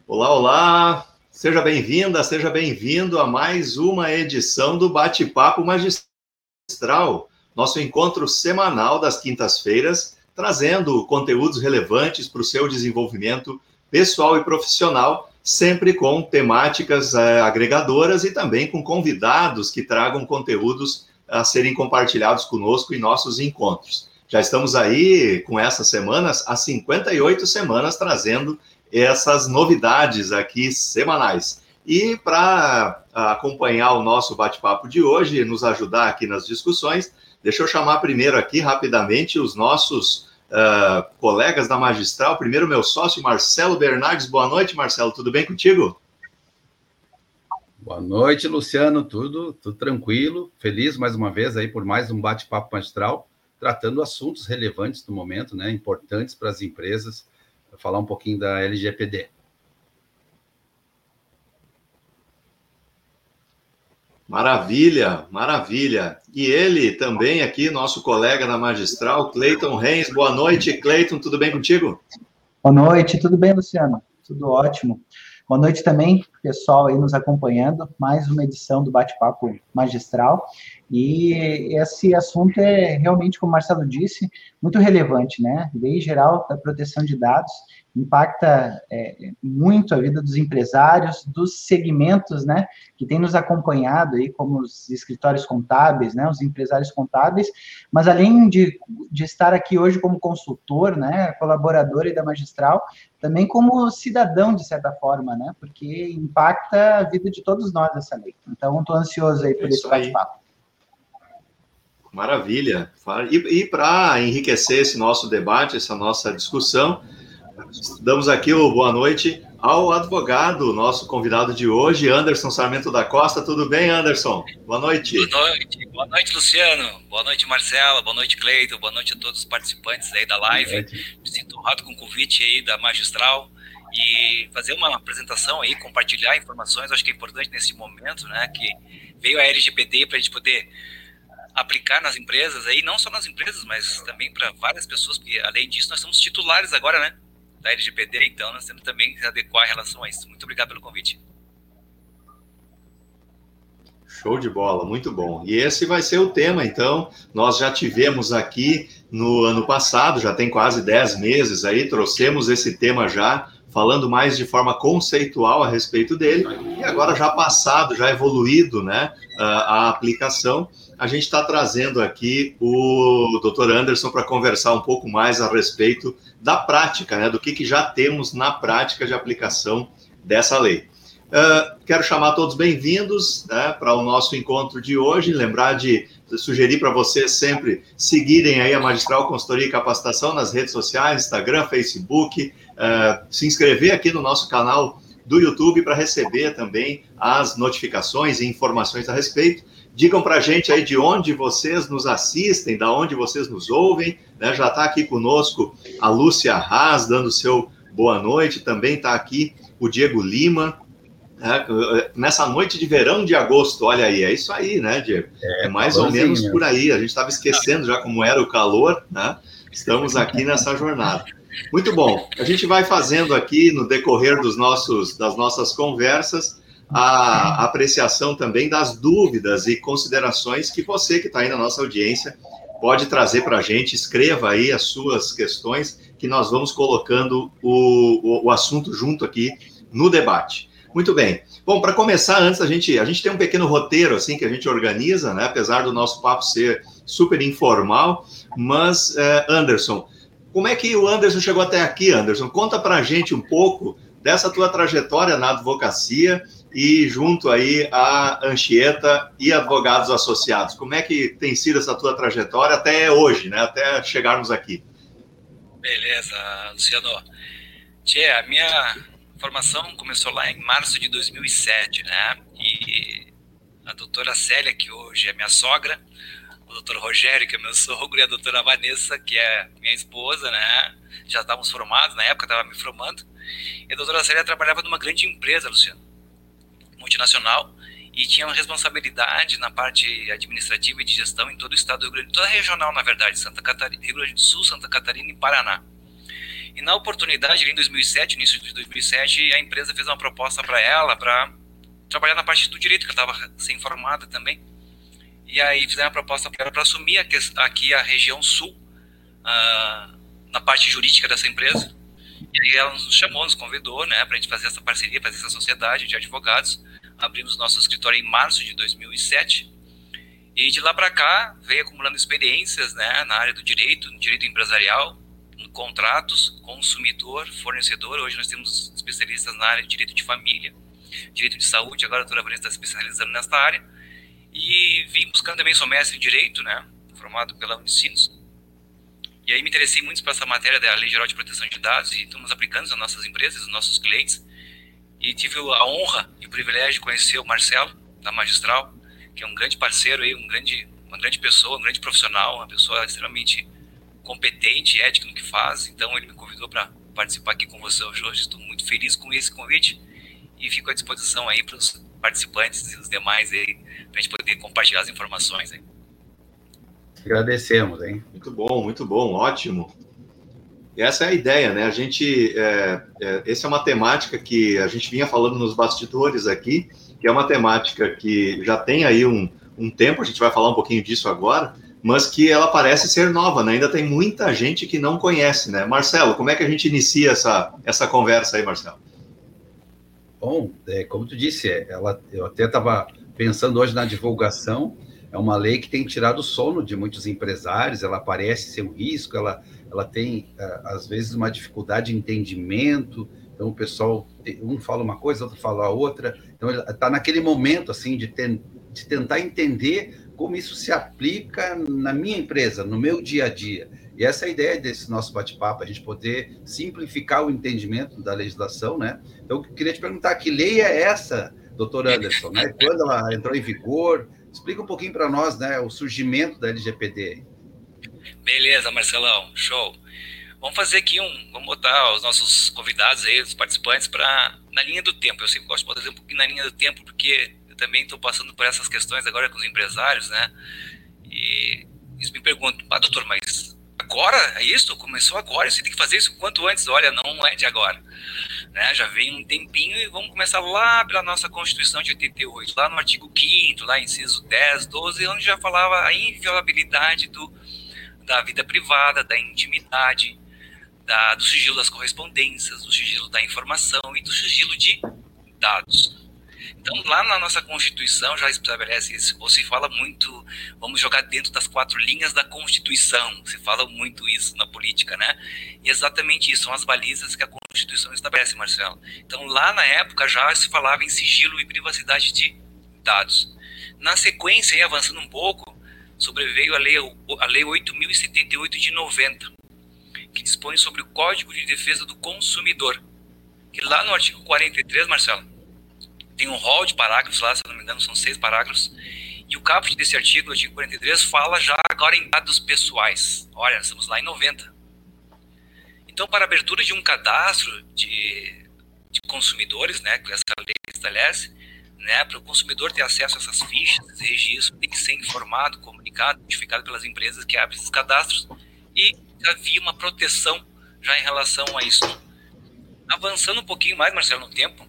Olá, olá! Seja bem-vinda, seja bem-vindo a mais uma edição do Bate-Papo Magistral, nosso encontro semanal das quintas-feiras, trazendo conteúdos relevantes para o seu desenvolvimento pessoal e profissional, sempre com temáticas agregadoras e também com convidados que tragam conteúdos a serem compartilhados conosco em nossos encontros. Já estamos aí com essas semanas, há 58 semanas, trazendo essas novidades aqui semanais. E para acompanhar o nosso bate-papo de hoje e nos ajudar aqui nas discussões, deixa eu chamar primeiro aqui rapidamente os nossos colegas da Magistral. Primeiro, meu sócio, Marcelo Bernardes. Boa noite, Marcelo. Tudo bem contigo? Boa noite, Luciano. Tudo tranquilo. Feliz mais uma vez aí por mais um bate-papo magistral, tratando assuntos relevantes do momento, né? Importantes para as empresas. Vou falar um pouquinho da LGPD. Maravilha, maravilha. E ele também aqui, nosso colega da Magistral, Cleiton Reis. Boa noite, Cleiton. Tudo bem contigo? Boa noite. Tudo bem, Luciano? Tudo ótimo. Boa noite também, pessoal aí nos acompanhando, mais uma edição do Bate-Papo Magistral, e esse assunto é realmente, como o Marcelo disse, muito relevante, né? Lei Geral da Proteção de Dados impacta muito a vida dos empresários, dos segmentos, né, que tem nos acompanhado aí, como os escritórios contábeis, né, os empresários contábeis, mas além de estar aqui hoje como consultor, né, colaborador aí da Magistral, também como cidadão, de certa forma, né? Porque impacta a vida de todos nós essa lei. Então, estou ansioso aí por esse bate-papo. Maravilha. E para enriquecer esse nosso debate, essa nossa discussão, damos aqui o boa noite ao advogado, nosso convidado de hoje, Anderson Sarmento da Costa. Tudo bem, Anderson? Boa noite. Boa noite, Luciano. Boa noite, Marcela. Boa noite, Cleiton. Boa noite a todos os participantes aí da live. Me sinto honrado com o convite aí da Magistral e fazer uma apresentação aí, compartilhar informações. Acho que é importante nesse momento, né, que veio a LGPD para a gente poder aplicar nas empresas aí, não só nas empresas, mas também para várias pessoas, porque além disso nós somos titulares agora, né, da LGPD, então nós temos também que adequar em relação a isso. Muito obrigado pelo convite. Show de bola, muito bom. E esse vai ser o tema, então. Nós já tivemos aqui no ano passado, já tem quase 10 meses aí, trouxemos esse tema já, falando mais de forma conceitual a respeito dele, e agora já passado, já evoluído, né, a aplicação, a gente está trazendo aqui o Dr. Anderson para conversar um pouco mais a respeito da prática, né, do que já temos na prática de aplicação dessa lei. Quero chamar todos bem-vindos, né, para o nosso encontro de hoje, lembrar de sugerir para vocês sempre seguirem aí a Magistral Consultoria e Capacitação nas redes sociais, Instagram, Facebook, se inscrever aqui no nosso canal do YouTube para receber também as notificações e informações a respeito. Digam para a gente aí de onde vocês nos assistem, da onde vocês nos ouvem, né? Já está aqui conosco a Lúcia Haas, dando seu boa noite, também está aqui o Diego Lima, nessa noite de verão de agosto, olha aí, é isso aí, né, Diego? É mais ou menos por aí, a gente estava esquecendo já como era o calor, né? Estamos aqui nessa jornada. Muito bom, a gente vai fazendo aqui no decorrer das nossas conversas a apreciação também das dúvidas e considerações que você que está aí na nossa audiência pode trazer para a gente. Escreva aí as suas questões que nós vamos colocando o assunto junto aqui no debate. Muito bem. Bom, para começar, antes a gente tem um pequeno roteiro assim que a gente organiza, né? Apesar do nosso papo ser super informal, mas Anderson, como é que o Anderson chegou até aqui, Anderson? Conta para a gente um pouco dessa tua trajetória na advocacia e junto aí a Anchieta e Advogados Associados. Como é que tem sido essa tua trajetória até hoje, né? Até chegarmos aqui. Beleza, Luciano. A minha formação começou lá em março de 2007, né? E a doutora Célia, que hoje é minha sogra, o doutor Rogério, que é meu sogro, e a doutora Vanessa, que é minha esposa, né? Já estávamos formados, na época estava me formando. E a doutora Célia trabalhava numa grande empresa, Luciano, multinacional, e tinha uma responsabilidade na parte administrativa e de gestão em todo o estado do Rio Grande do Sul, toda regional, na verdade, Santa Catarina, Rio Grande do Sul, Santa Catarina e Paraná. E na oportunidade, ali em 2007, início de 2007, a empresa fez uma proposta para ela para trabalhar na parte do direito, que ela estava sem formada também. E aí fizeram a proposta para ela para assumir aqui a região sul, na parte jurídica dessa empresa. E aí ela nos chamou, nos convidou, né, para a gente fazer essa parceria, fazer essa sociedade de advogados. Abrimos nosso escritório em março de 2007. E de lá para cá, veio acumulando experiências, né, na área do direito, no direito empresarial, em contratos, consumidor, fornecedor. Hoje nós temos especialistas na área de direito de família, direito de saúde. Agora a doutora Vanessa está se especializando nesta área. E vim buscando também, sou mestre em direito, né, formado pela Unicinos. E aí me interessei muito por essa matéria da Lei Geral de Proteção de Dados e estamos aplicando nas nossas empresas, nos nossos clientes. E tive a honra e o privilégio de conhecer o Marcelo, da Magistral, que é um grande parceiro, aí, uma grande pessoa, um grande profissional, uma pessoa extremamente competente e ética no que faz. Então ele me convidou para participar aqui com você hoje. Estou muito feliz com esse convite e fico à disposição aí para os participantes e os demais aí, para a gente poder compartilhar as informações aí. Agradecemos, hein? Muito bom, ótimo. E essa é a ideia, né? A gente, essa é uma temática que a gente vinha falando nos bastidores aqui, que é uma temática que já tem aí um tempo, a gente vai falar um pouquinho disso agora, mas que ela parece ser nova, né? Ainda tem muita gente que não conhece, né? Marcelo, como é que a gente inicia essa conversa aí, Marcelo? Bom, como tu disse, eu até estava pensando hoje na divulgação. É uma lei que tem tirado o sono de muitos empresários, ela parece ser um risco, ela tem, às vezes, uma dificuldade de entendimento, então o pessoal, um fala uma coisa, outro fala outra, então ele está naquele momento, assim, de tentar entender como isso se aplica na minha empresa, no meu dia a dia. E essa é a ideia desse nosso bate-papo, a gente poder simplificar o entendimento da legislação, né? Então, eu queria te perguntar, que lei é essa, doutor Anderson, né? Quando ela entrou em vigor? Explica um pouquinho para nós, né, o surgimento da LGPD. Beleza, Marcelão, show. Vamos fazer aqui vamos botar os nossos convidados aí, os participantes, na linha do tempo. Eu sempre gosto de botar um pouquinho na linha do tempo, porque eu também estou passando por essas questões agora com os empresários, né? E eles me perguntam, doutor, mas agora é isso? Começou agora? Você tem que fazer isso quanto antes? Olha, não é de agora. Né? Já vem um tempinho e vamos começar lá pela nossa Constituição de 88, lá no artigo 5º, lá inciso 10, 12, onde já falava a inviolabilidade da vida privada, da intimidade, do sigilo das correspondências, do sigilo da informação e do sigilo de dados. Então, lá na nossa Constituição já estabelece isso, ou se fala muito, vamos jogar dentro das 4 linhas da Constituição, se fala muito isso na política, né? E exatamente isso, são as balizas que a Constituição estabelece, Marcelo. Então, lá na época já se falava em sigilo e privacidade de dados. Na sequência, aí, avançando um pouco, sobreveio a Lei 8.078 de 90, que dispõe sobre o Código de Defesa do Consumidor, que lá no artigo 43, Marcelo, tem um rol de parágrafos lá, se eu não me engano, são 6 parágrafos, e o caput desse artigo, o artigo 43, fala já agora em dados pessoais. Olha, nós estamos lá em 90. Então, para a abertura de um cadastro de consumidores, né, que essa lei estabelece, né, para o consumidor ter acesso a essas fichas, esse registro, tem que ser informado, comunicado, notificado pelas empresas que abrem esses cadastros, e havia uma proteção já em relação a isso. Avançando um pouquinho mais, Marcelo, no tempo,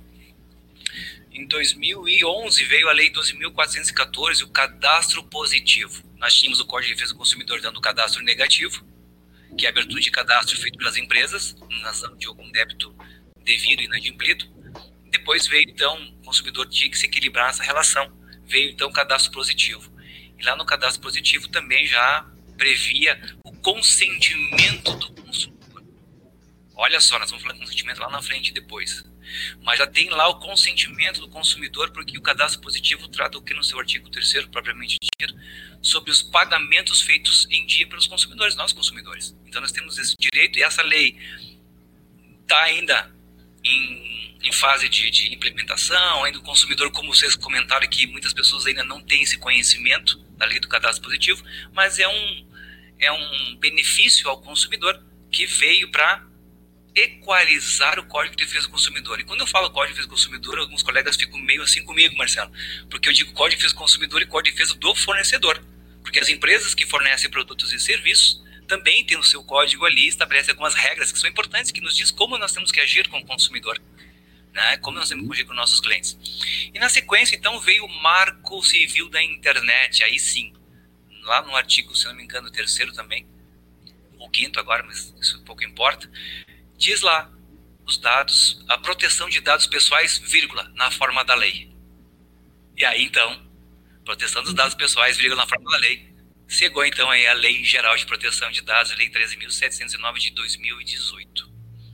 em 2011 veio a Lei 12.414, o cadastro positivo. Nós tínhamos o Código de Defesa do Consumidor dando o cadastro negativo, que é a abertura de cadastro feito pelas empresas, na razão de algum débito devido e inadimplido. Depois veio, então, o consumidor tinha que se equilibrar essa relação. Veio, então, o cadastro positivo. E lá no cadastro positivo também já previa o consentimento do consumidor. Olha só, nós vamos falar de consentimento lá na frente depois. Mas já tem lá o consentimento do consumidor, porque o cadastro positivo trata o que no seu artigo 3º, propriamente dito, sobre os pagamentos feitos em dia pelos consumidores, nós consumidores. Então nós temos esse direito e essa lei está ainda em fase de implementação, ainda o consumidor, como vocês comentaram aqui, muitas pessoas ainda não têm esse conhecimento da lei do cadastro positivo, mas é um benefício ao consumidor que veio para equalizar o Código de Defesa do Consumidor. E quando eu falo Código de Defesa do Consumidor, alguns colegas ficam meio assim comigo, Marcelo, porque eu digo Código de Defesa do Consumidor e Código de Defesa do Fornecedor, porque as empresas que fornecem produtos e serviços também tem o seu código ali, estabelece algumas regras que são importantes, que nos diz como nós temos que agir com o consumidor, né? Como nós temos que agir com nossos clientes. E na sequência, então, veio o Marco Civil da Internet, aí sim, lá no artigo, se não me engano, o 3º também, ou 5º agora, mas isso pouco importa, diz lá os dados, a proteção de dados pessoais, vírgula, na forma da lei. E aí, então, proteção dos dados pessoais, vírgula, na forma da lei, chegou, então, aí a Lei Geral de Proteção de Dados, a Lei 13.709 de 2018.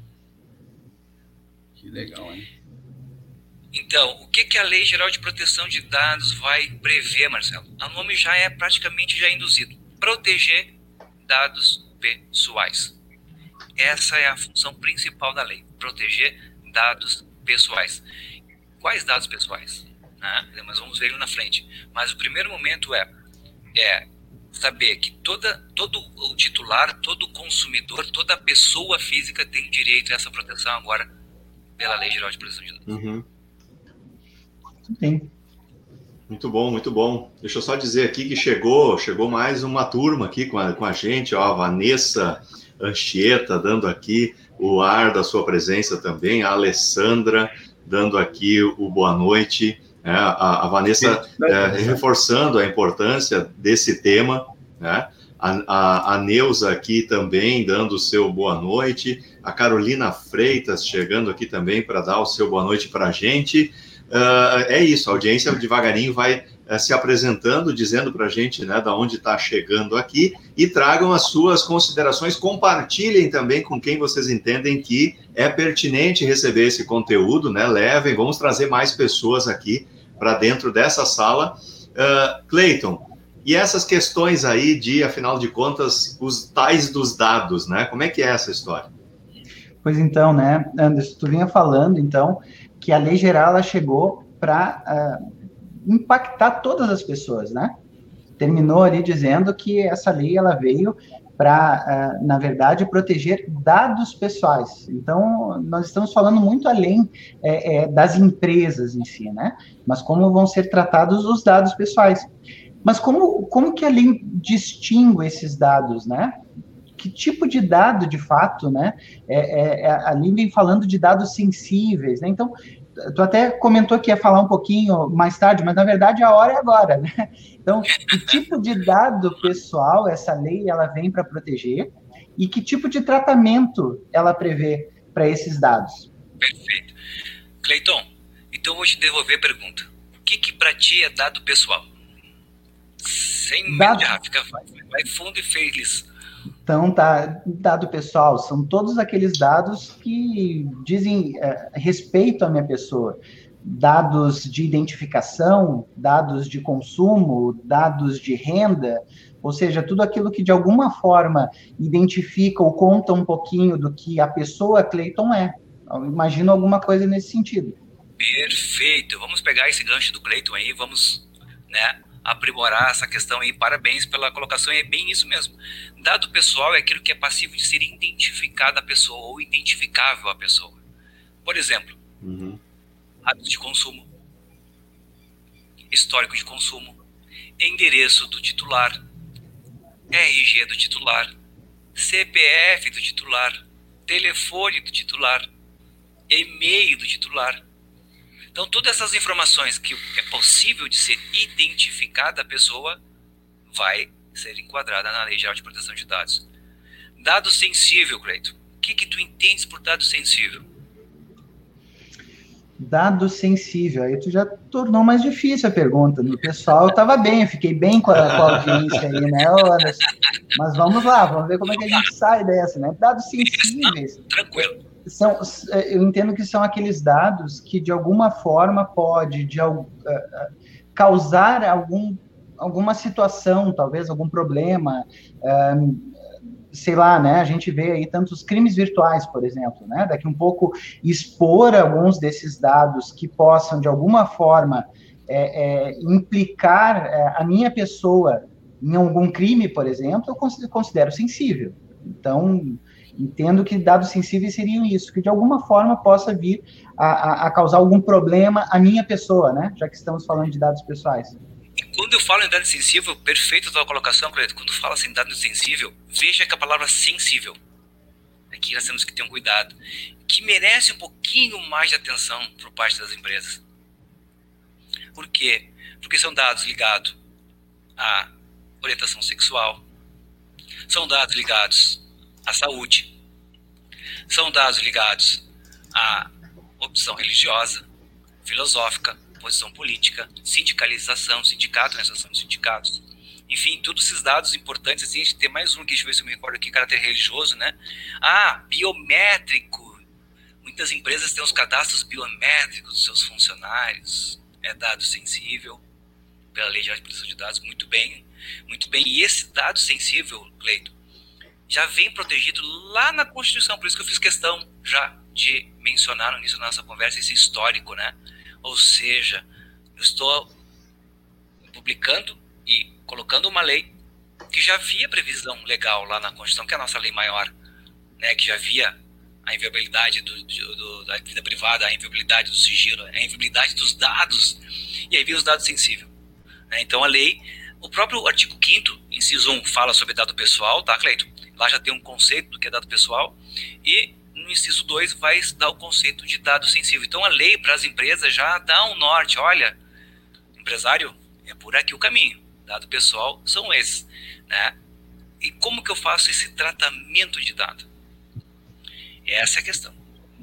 Que legal, hein? Então, o que a Lei Geral de Proteção de Dados vai prever, Marcelo? O nome já é praticamente já induzido. Proteger dados pessoais. Essa é a função principal da lei. Proteger dados pessoais. Quais dados pessoais? Mas vamos ver ele na frente. Mas o primeiro momento é saber que todo o titular, todo o consumidor, toda pessoa física tem direito a essa proteção agora pela Lei Geral de Proteção de Dados. Uhum. Sim. Muito bom, muito bom. Deixa eu só dizer aqui que chegou mais uma turma aqui com a gente, ó, a Vanessa Anchieta dando aqui o ar da sua presença também, a Alessandra dando aqui o boa noite, a Vanessa reforçando a importância desse tema, né? A Neuza aqui também dando o seu boa noite, a Carolina Freitas chegando aqui também para dar o seu boa noite para a gente. É isso, a audiência devagarinho vai se apresentando, dizendo para a gente, né, da onde está chegando aqui, e tragam as suas considerações, compartilhem também com quem vocês entendem que é pertinente receber esse conteúdo, né, levem, vamos trazer mais pessoas aqui para dentro dessa sala. Cleiton, e essas questões aí de, afinal de contas, os tais dos dados, né, como é que é essa história? Pois então, né, Anderson, tu vinha falando, então, que a lei geral ela chegou para impactar todas as pessoas, né? Terminou ali dizendo que essa lei ela veio para, na verdade, proteger dados pessoais. Então, nós estamos falando muito além das empresas em si, né? Mas como vão ser tratados os dados pessoais. Mas como que a lei distingue esses dados, né? Que tipo de dado, de fato, né? A lei vem falando de dados sensíveis, né? Então, tu até comentou que ia falar um pouquinho mais tarde, mas na verdade a hora é agora, né? Então, que tipo de dado pessoal essa lei ela vem para proteger e que tipo de tratamento ela prevê para esses dados? Perfeito. Cleiton, então eu vou te devolver a pergunta. O que para ti é dado pessoal? Sem medo de fica vai fundo e feliz. Então, dado pessoal, são todos aqueles dados que dizem respeito à minha pessoa. Dados de identificação, dados de consumo, dados de renda, ou seja, tudo aquilo que de alguma forma identifica ou conta um pouquinho do que a pessoa Cleiton é. Eu imagino alguma coisa nesse sentido. Perfeito. Vamos pegar esse gancho do Cleiton aí, vamos, né, aprimorar essa questão aí. Parabéns pela colocação, é bem isso mesmo. Dado pessoal é aquilo que é passivo de ser identificado a pessoa ou identificável a pessoa. Por exemplo, hábitos de consumo, histórico de consumo, endereço do titular, RG do titular, CPF do titular, telefone do titular, e-mail do titular. Então, todas essas informações que é possível de ser identificada a pessoa vai ser enquadrada na Lei Geral de Proteção de Dados. Dado sensível, Cleiton. O que tu entendes por dado sensível? Dado sensível. Aí tu já tornou mais difícil a pergunta. O pessoal estava bem, eu fiquei bem com a audiência aí, né, Anderson? Mas vamos lá, vamos ver como é que a gente sai dessa, né? Dados sensíveis. Tranquilo. Eu entendo que são aqueles dados que, de alguma forma, pode causar alguma situação, talvez algum problema, sei lá, né? A gente vê aí tantos crimes virtuais, por exemplo, né? Daqui um pouco expor alguns desses dados que possam, de alguma forma, implicar a minha pessoa em algum crime, por exemplo, eu considero sensível. Então, entendo que dados sensíveis seriam isso, que de alguma forma possa vir a causar algum problema à minha pessoa, né? Já que estamos falando de dados pessoais. Quando eu falo em dado sensível, perfeito a tua colocação, Cleiton. Quando fala assim, dado sensível, veja que a palavra sensível, aqui nós temos que ter um cuidado, que merece um pouquinho mais de atenção por parte das empresas. Por quê? Porque são dados ligados à orientação sexual, são dados ligados à saúde, são dados ligados à opção religiosa, filosófica, posição política, sindicalização, sindicato, organização de sindicatos. Enfim, todos esses dados importantes. Assim, a gente tem mais um aqui, deixa eu ver se eu me recordo aqui, caráter religioso, né? Biométrico. Muitas empresas têm os cadastros biométricos dos seus funcionários. É dado sensível pela Lei Geral de Proteção de Dados. Muito bem, muito bem. E esse dado sensível, Cleiton, já vem protegido lá na Constituição. Por isso que eu fiz questão já de mencionar no início da nossa conversa esse histórico, né? Ou seja, eu estou publicando e colocando uma lei que já havia previsão legal lá na Constituição, que é a nossa lei maior, né? Que já havia a inviolabilidade da vida privada, a inviolabilidade do sigilo, a inviolabilidade dos dados, e aí vem os dados sensíveis. Né? Então a lei, o próprio artigo 5º, inciso 1, fala sobre dado pessoal, tá, Cleiton? Lá já tem um conceito do que é dado pessoal, e no inciso 2 vai dar o conceito de dado sensível. Então a lei para as empresas já dá um norte, olha, empresário, é por aqui o caminho, dado pessoal são esses, né? E como que eu faço esse tratamento de dado? Essa é a questão.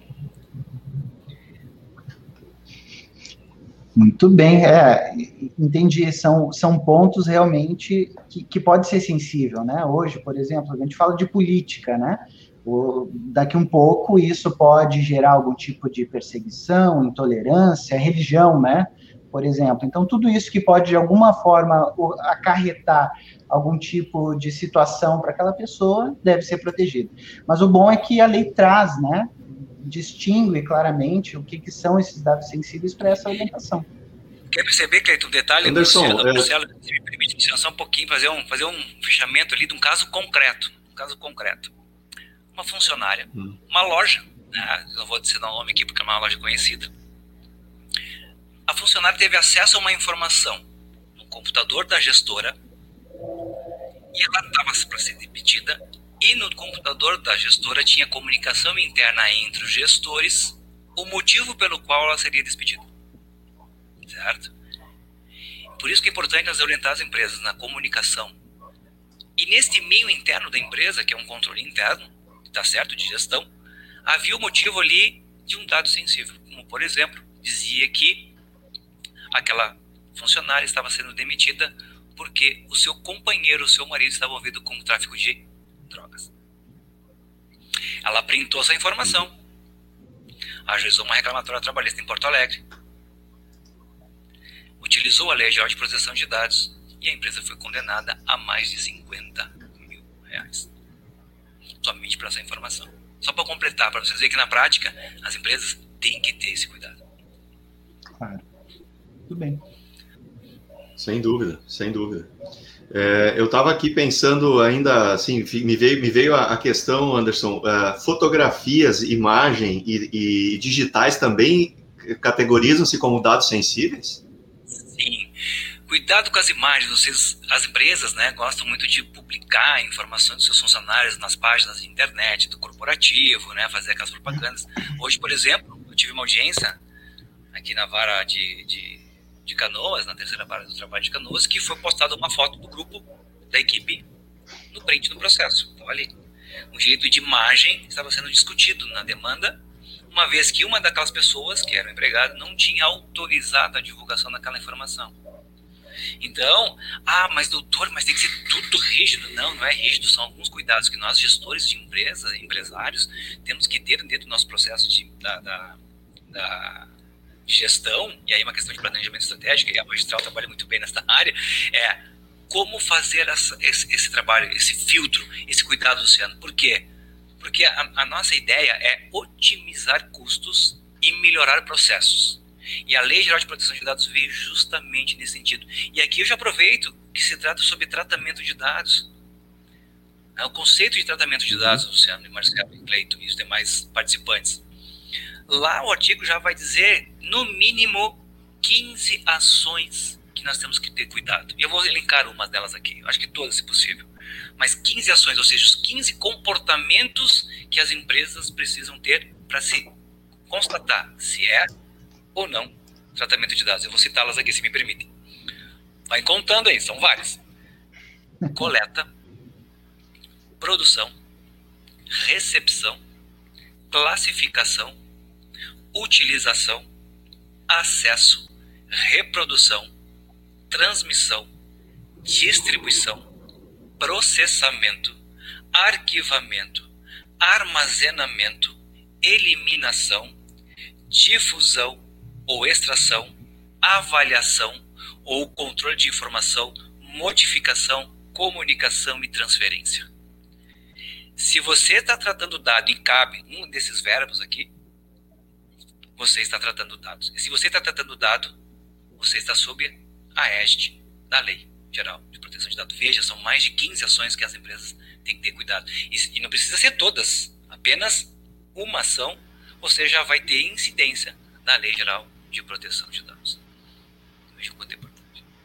Muito bem, entendi, são pontos realmente que pode ser sensível, né? Hoje, por exemplo, a gente fala de política, né? Daqui um pouco isso pode gerar algum tipo de perseguição, intolerância, religião, né? Por exemplo. Então, tudo isso que pode, de alguma forma, acarretar algum tipo de situação para aquela pessoa, deve ser protegido. Mas o bom é que a lei traz, né? Distingue claramente o que são esses dados sensíveis para essa orientação. Quer perceber, Cleiton, um detalhe? Anderson, Marcelo, se me permite só um pouquinho, fazer um fechamento ali de um caso concreto. Uma funcionária, uma loja, né? Não vou dizer o nome aqui porque é uma loja conhecida. A funcionária teve acesso a uma informação no computador da gestora e ela estava para ser demitida, e no computador da gestora tinha comunicação interna entre os gestores, o motivo pelo qual ela seria despedida. Certo? Por isso que é importante nós orientar as empresas na comunicação. E neste meio interno da empresa, que é um controle interno, tá certo, de gestão, havia o motivo ali de um dado sensível, como por exemplo, dizia que aquela funcionária estava sendo demitida porque o seu companheiro, o seu marido estava envolvido com o tráfico de drogas. Ela printou essa informação, ajuizou uma reclamatória trabalhista em Porto Alegre, utilizou a Lei Geral de Proteção de Dados e a empresa foi condenada a mais de R$50 mil. Somente para essa informação. Só para completar, para vocês verem que na prática as empresas têm que ter esse cuidado. Claro. Tudo bem. Sem dúvida, sem dúvida. Eu estava aqui pensando ainda, assim, me veio a questão, Anderson, fotografias, imagem e digitais também categorizam-se como dados sensíveis? Sim. Cuidado com as imagens. As empresas, né, gostam muito de publicar informações dos seus funcionários nas páginas de internet, do corporativo, né, fazer aquelas propagandas. Hoje, por exemplo, eu tive uma audiência aqui na vara de Canoas, na terceira vara do trabalho de Canoas, que foi postada uma foto do grupo da equipe no print do processo. Então, ali, o direito de imagem estava sendo discutido na demanda, uma vez que uma daquelas pessoas, que era o empregado, não tinha autorizado a divulgação daquela informação. Então, mas doutor, mas tem que ser tudo rígido. Não é rígido, são alguns cuidados que nós, gestores de empresa, empresários, temos que ter dentro do nosso processo da gestão, e aí uma questão de planejamento estratégico, e a magistral trabalha muito bem nessa área, como fazer esse trabalho, esse filtro, esse cuidado, Luciano. Por quê? Porque a nossa ideia é otimizar custos e melhorar processos. E a Lei Geral de Proteção de Dados veio justamente nesse sentido. E aqui eu já aproveito que se trata sobre tratamento de dados. O conceito de tratamento de dados, Luciano, e Marcelo, e Cleiton e os demais participantes. Lá o artigo já vai dizer, no mínimo, 15 ações que nós temos que ter cuidado. E eu vou elencar uma delas aqui, acho que todas, se possível. Mas 15 ações, ou seja, os 15 comportamentos que as empresas precisam ter para se constatar se é ou não tratamento de dados. Eu vou citá-las aqui, se me permitem. Vai contando aí, são várias. Coleta, produção, recepção, classificação, utilização, acesso, reprodução, transmissão, distribuição, processamento, arquivamento, armazenamento, eliminação, difusão ou extração, avaliação ou controle de informação, modificação, comunicação e transferência. Se você está tratando dado e cabe um desses verbos aqui, você está tratando dados. E se você está tratando dado, você está sob a égide da Lei Geral de Proteção de Dados. Veja, são mais de 15 ações que as empresas têm que ter cuidado. E não precisa ser todas, apenas uma ação, você já vai ter incidência da Lei Geral de Proteção de Dados. Veja o quanto é importante.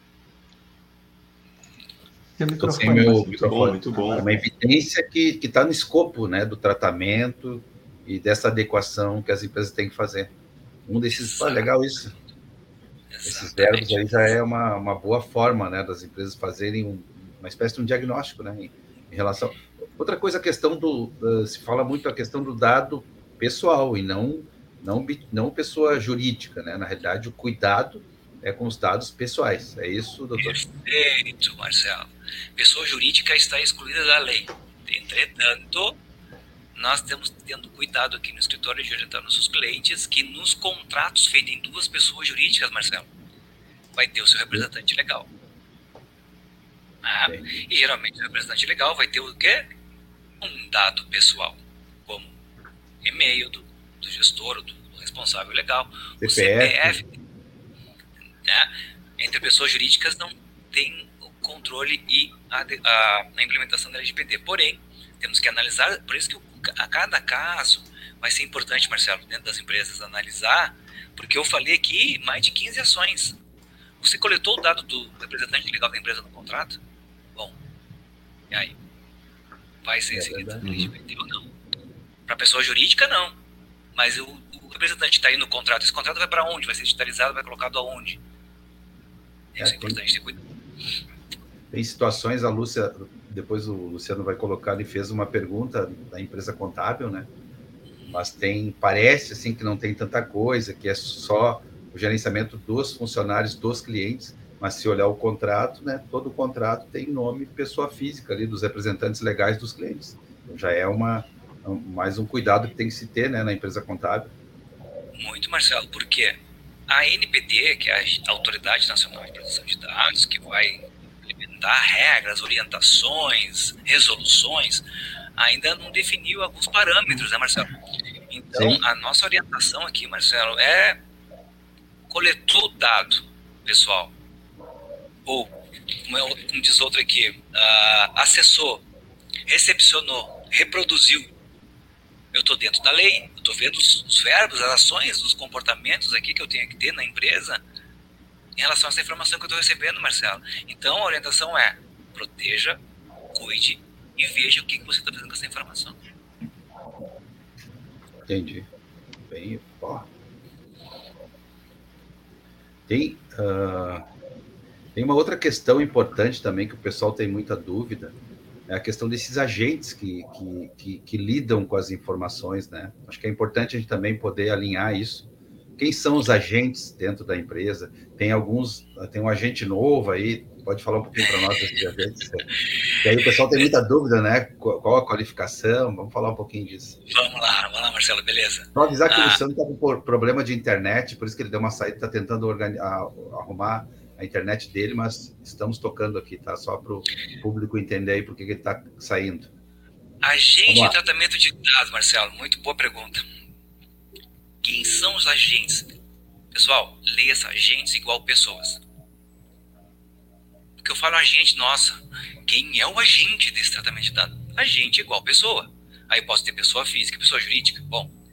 Estou sem meu microfone. Muito bom. É uma evidência que está no escopo, né, do tratamento e dessa adequação que as empresas têm que fazer. Um desses, legal isso. Esses verbos aí já é uma boa forma, né, das empresas fazerem uma espécie de um diagnóstico, né, em relação... Outra coisa, a questão se fala muito a questão do dado pessoal e não pessoa jurídica, né? Na realidade, o cuidado é com os dados pessoais. É isso, doutor? Perfeito, Marcelo. Pessoa jurídica está excluída da lei. Entretanto, nós estamos tendo cuidado aqui no escritório de orientar nossos clientes que nos contratos feitos em duas pessoas jurídicas, Marcelo, vai ter o seu representante legal. E geralmente o representante legal vai ter o quê? Um dado pessoal, como e-mail do gestor, do responsável legal, o CPF. Né? Entre pessoas jurídicas não tem o controle e a implementação da LGPD. Porém, temos que analisar, por isso que a cada caso vai ser importante, Marcelo, dentro das empresas, analisar, porque eu falei aqui mais de 15 ações. Você coletou o dado do representante legal da empresa no contrato? Bom, e aí? Vai ser seguido LGPD ou não? Para pessoa jurídica, não. Mas o representante está aí no contrato. Esse contrato vai para onde? Vai ser digitalizado? Vai colocado aonde? Isso é importante ter cuidado. Tem situações, a Lúcia, depois o Luciano vai colocar, ele fez uma pergunta da empresa contábil, né? Mas parece assim que não tem tanta coisa, que é só o gerenciamento dos funcionários, dos clientes, mas se olhar o contrato, né, todo o contrato tem nome pessoa física ali, dos representantes legais dos clientes. Então, já é mais um cuidado que tem que se ter, né, na empresa contábil. Muito, Marcelo, porque a ANPD, que é a Autoridade Nacional de Proteção de Dados, que vai implementar regras, orientações, resoluções, ainda não definiu alguns parâmetros, né, Marcelo? Então, sim, a nossa orientação aqui, Marcelo, é coletou o dado pessoal, ou, como diz outro aqui, acessou, recepcionou, reproduziu. Eu estou dentro da lei, eu estou vendo os verbos, as ações, os comportamentos aqui que eu tenho que ter na empresa em relação a essa informação que eu estou recebendo, Marcelo. Então, a orientação é proteja, cuide e veja o que você está fazendo com essa informação. Entendi. Bem, Tem uma outra questão importante também que o pessoal tem muita dúvida, é a questão desses agentes que lidam com as informações, né? Acho que é importante a gente também poder alinhar isso. Quem são os agentes dentro da empresa? Tem um agente novo aí, pode falar um pouquinho para nós desses agentes? E aí o pessoal tem muita dúvida, né? Qual a qualificação? Vamos falar um pouquinho disso. Vamos lá, Marcelo, beleza. Só avisar que o Luciano está com problema de internet, por isso que ele deu uma saída, está tentando arrumar a internet dele, mas estamos tocando aqui, tá? Só para o público entender aí por que ele está saindo. Agente de tratamento de dados, Marcelo, muito boa pergunta. Quem são os agentes? Pessoal, leia agentes igual pessoas. Porque eu falo agente, nossa, quem é o agente desse tratamento de dados? Agente igual pessoa. Aí posso ter pessoa física e pessoa jurídica. Bom,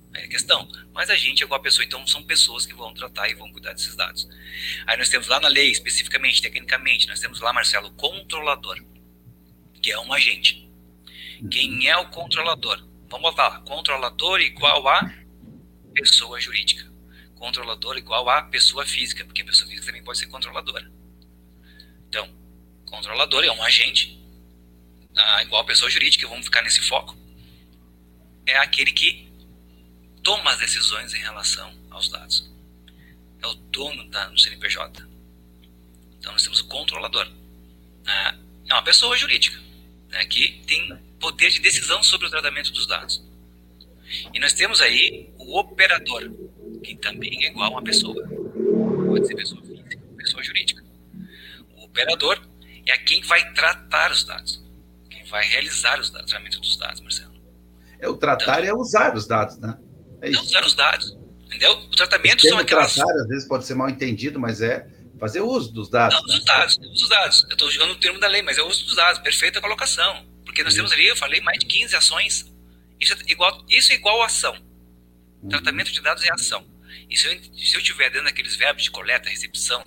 Aí é a questão. Mas a gente é igual a pessoa, então são pessoas que vão tratar e vão cuidar desses dados. Aí nós temos lá na lei, especificamente, tecnicamente, nós temos lá, Marcelo, controlador, que é um agente. Quem é o controlador? Vamos botar lá, controlador igual a pessoa jurídica. Controlador igual a pessoa física, porque a pessoa física também pode ser controladora. Então, controlador é um agente, igual a pessoa jurídica, vamos ficar nesse foco. É aquele que toma as decisões em relação aos dados. É o dono do CNPJ. Então, nós temos o controlador. É uma pessoa jurídica, né, que tem poder de decisão sobre o tratamento dos dados. E nós temos aí o operador, que também é igual a uma pessoa. Pode ser pessoa física, pessoa jurídica. O operador é quem vai tratar os dados, quem vai realizar o tratamento dos dados, Marcelo. O tratar é usar os dados, né? É isso. Usar os dados, entendeu? O tratamento são aquelas... Tratar, às vezes, pode ser mal entendido, mas é fazer uso dos dados. Não, dos dados. Eu estou jogando o termo da lei, mas é o uso dos dados. Perfeita colocação. Porque nós temos ali, eu falei, mais de 15 ações. Isso é igual a ação. Tratamento de dados é ação. E se eu estiver dando aqueles verbos de coleta, recepção,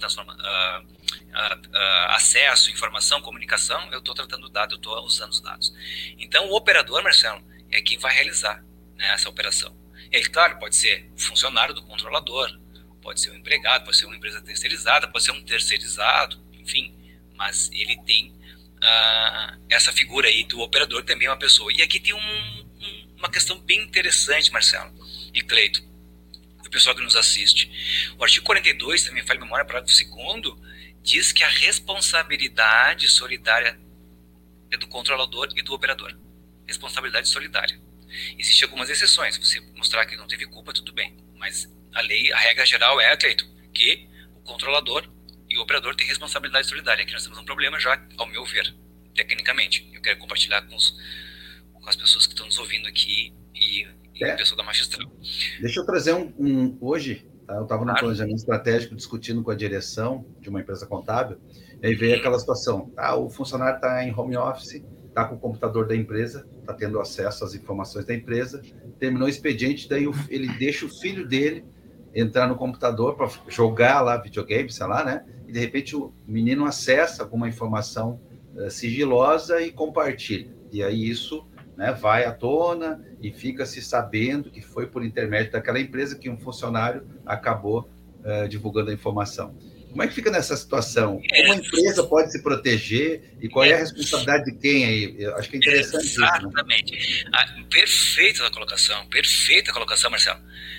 acesso, informação, comunicação, eu estou tratando o dado, eu estou usando os dados. Então, o operador, Marcelo, é quem vai realizar, né, essa operação. Ele, claro, pode ser funcionário do controlador, pode ser um empregado, pode ser uma empresa terceirizada, pode ser um terceirizado, enfim, mas ele tem essa figura aí do operador, que também é uma pessoa. E aqui tem uma questão bem interessante, Marcelo e Cleito, o pessoal que nos assiste. O artigo 42, também fala em memória, parágrafo 2º, diz que a responsabilidade solidária é do controlador e do operador. Responsabilidade solidária. Existem algumas exceções. Se você mostrar que não teve culpa, tudo bem. Mas a regra geral é, Cleito, que o controlador e o operador têm responsabilidade solidária. Aqui nós temos um problema já, ao meu ver, tecnicamente. Eu quero compartilhar com as pessoas que estão nos ouvindo aqui e a pessoa da magistral. Deixa eu trazer hoje, tá? Eu estava no planejamento estratégico discutindo com a direção de uma empresa contábil, e aí veio aquela situação, o funcionário está em home office, está com o computador da empresa, está tendo acesso às informações da empresa, terminou o expediente, daí ele deixa o filho dele entrar no computador para jogar lá videogame, sei lá, né? E de repente o menino acessa alguma informação sigilosa e compartilha. E aí isso, né, vai à tona e fica se sabendo que foi por intermédio daquela empresa que um funcionário acabou divulgando a informação. Como é que fica nessa situação? Como a empresa pode se proteger e qual é a responsabilidade de quem aí? Eu acho que é interessante isso. Exatamente. Perfeita a colocação, Marcelo.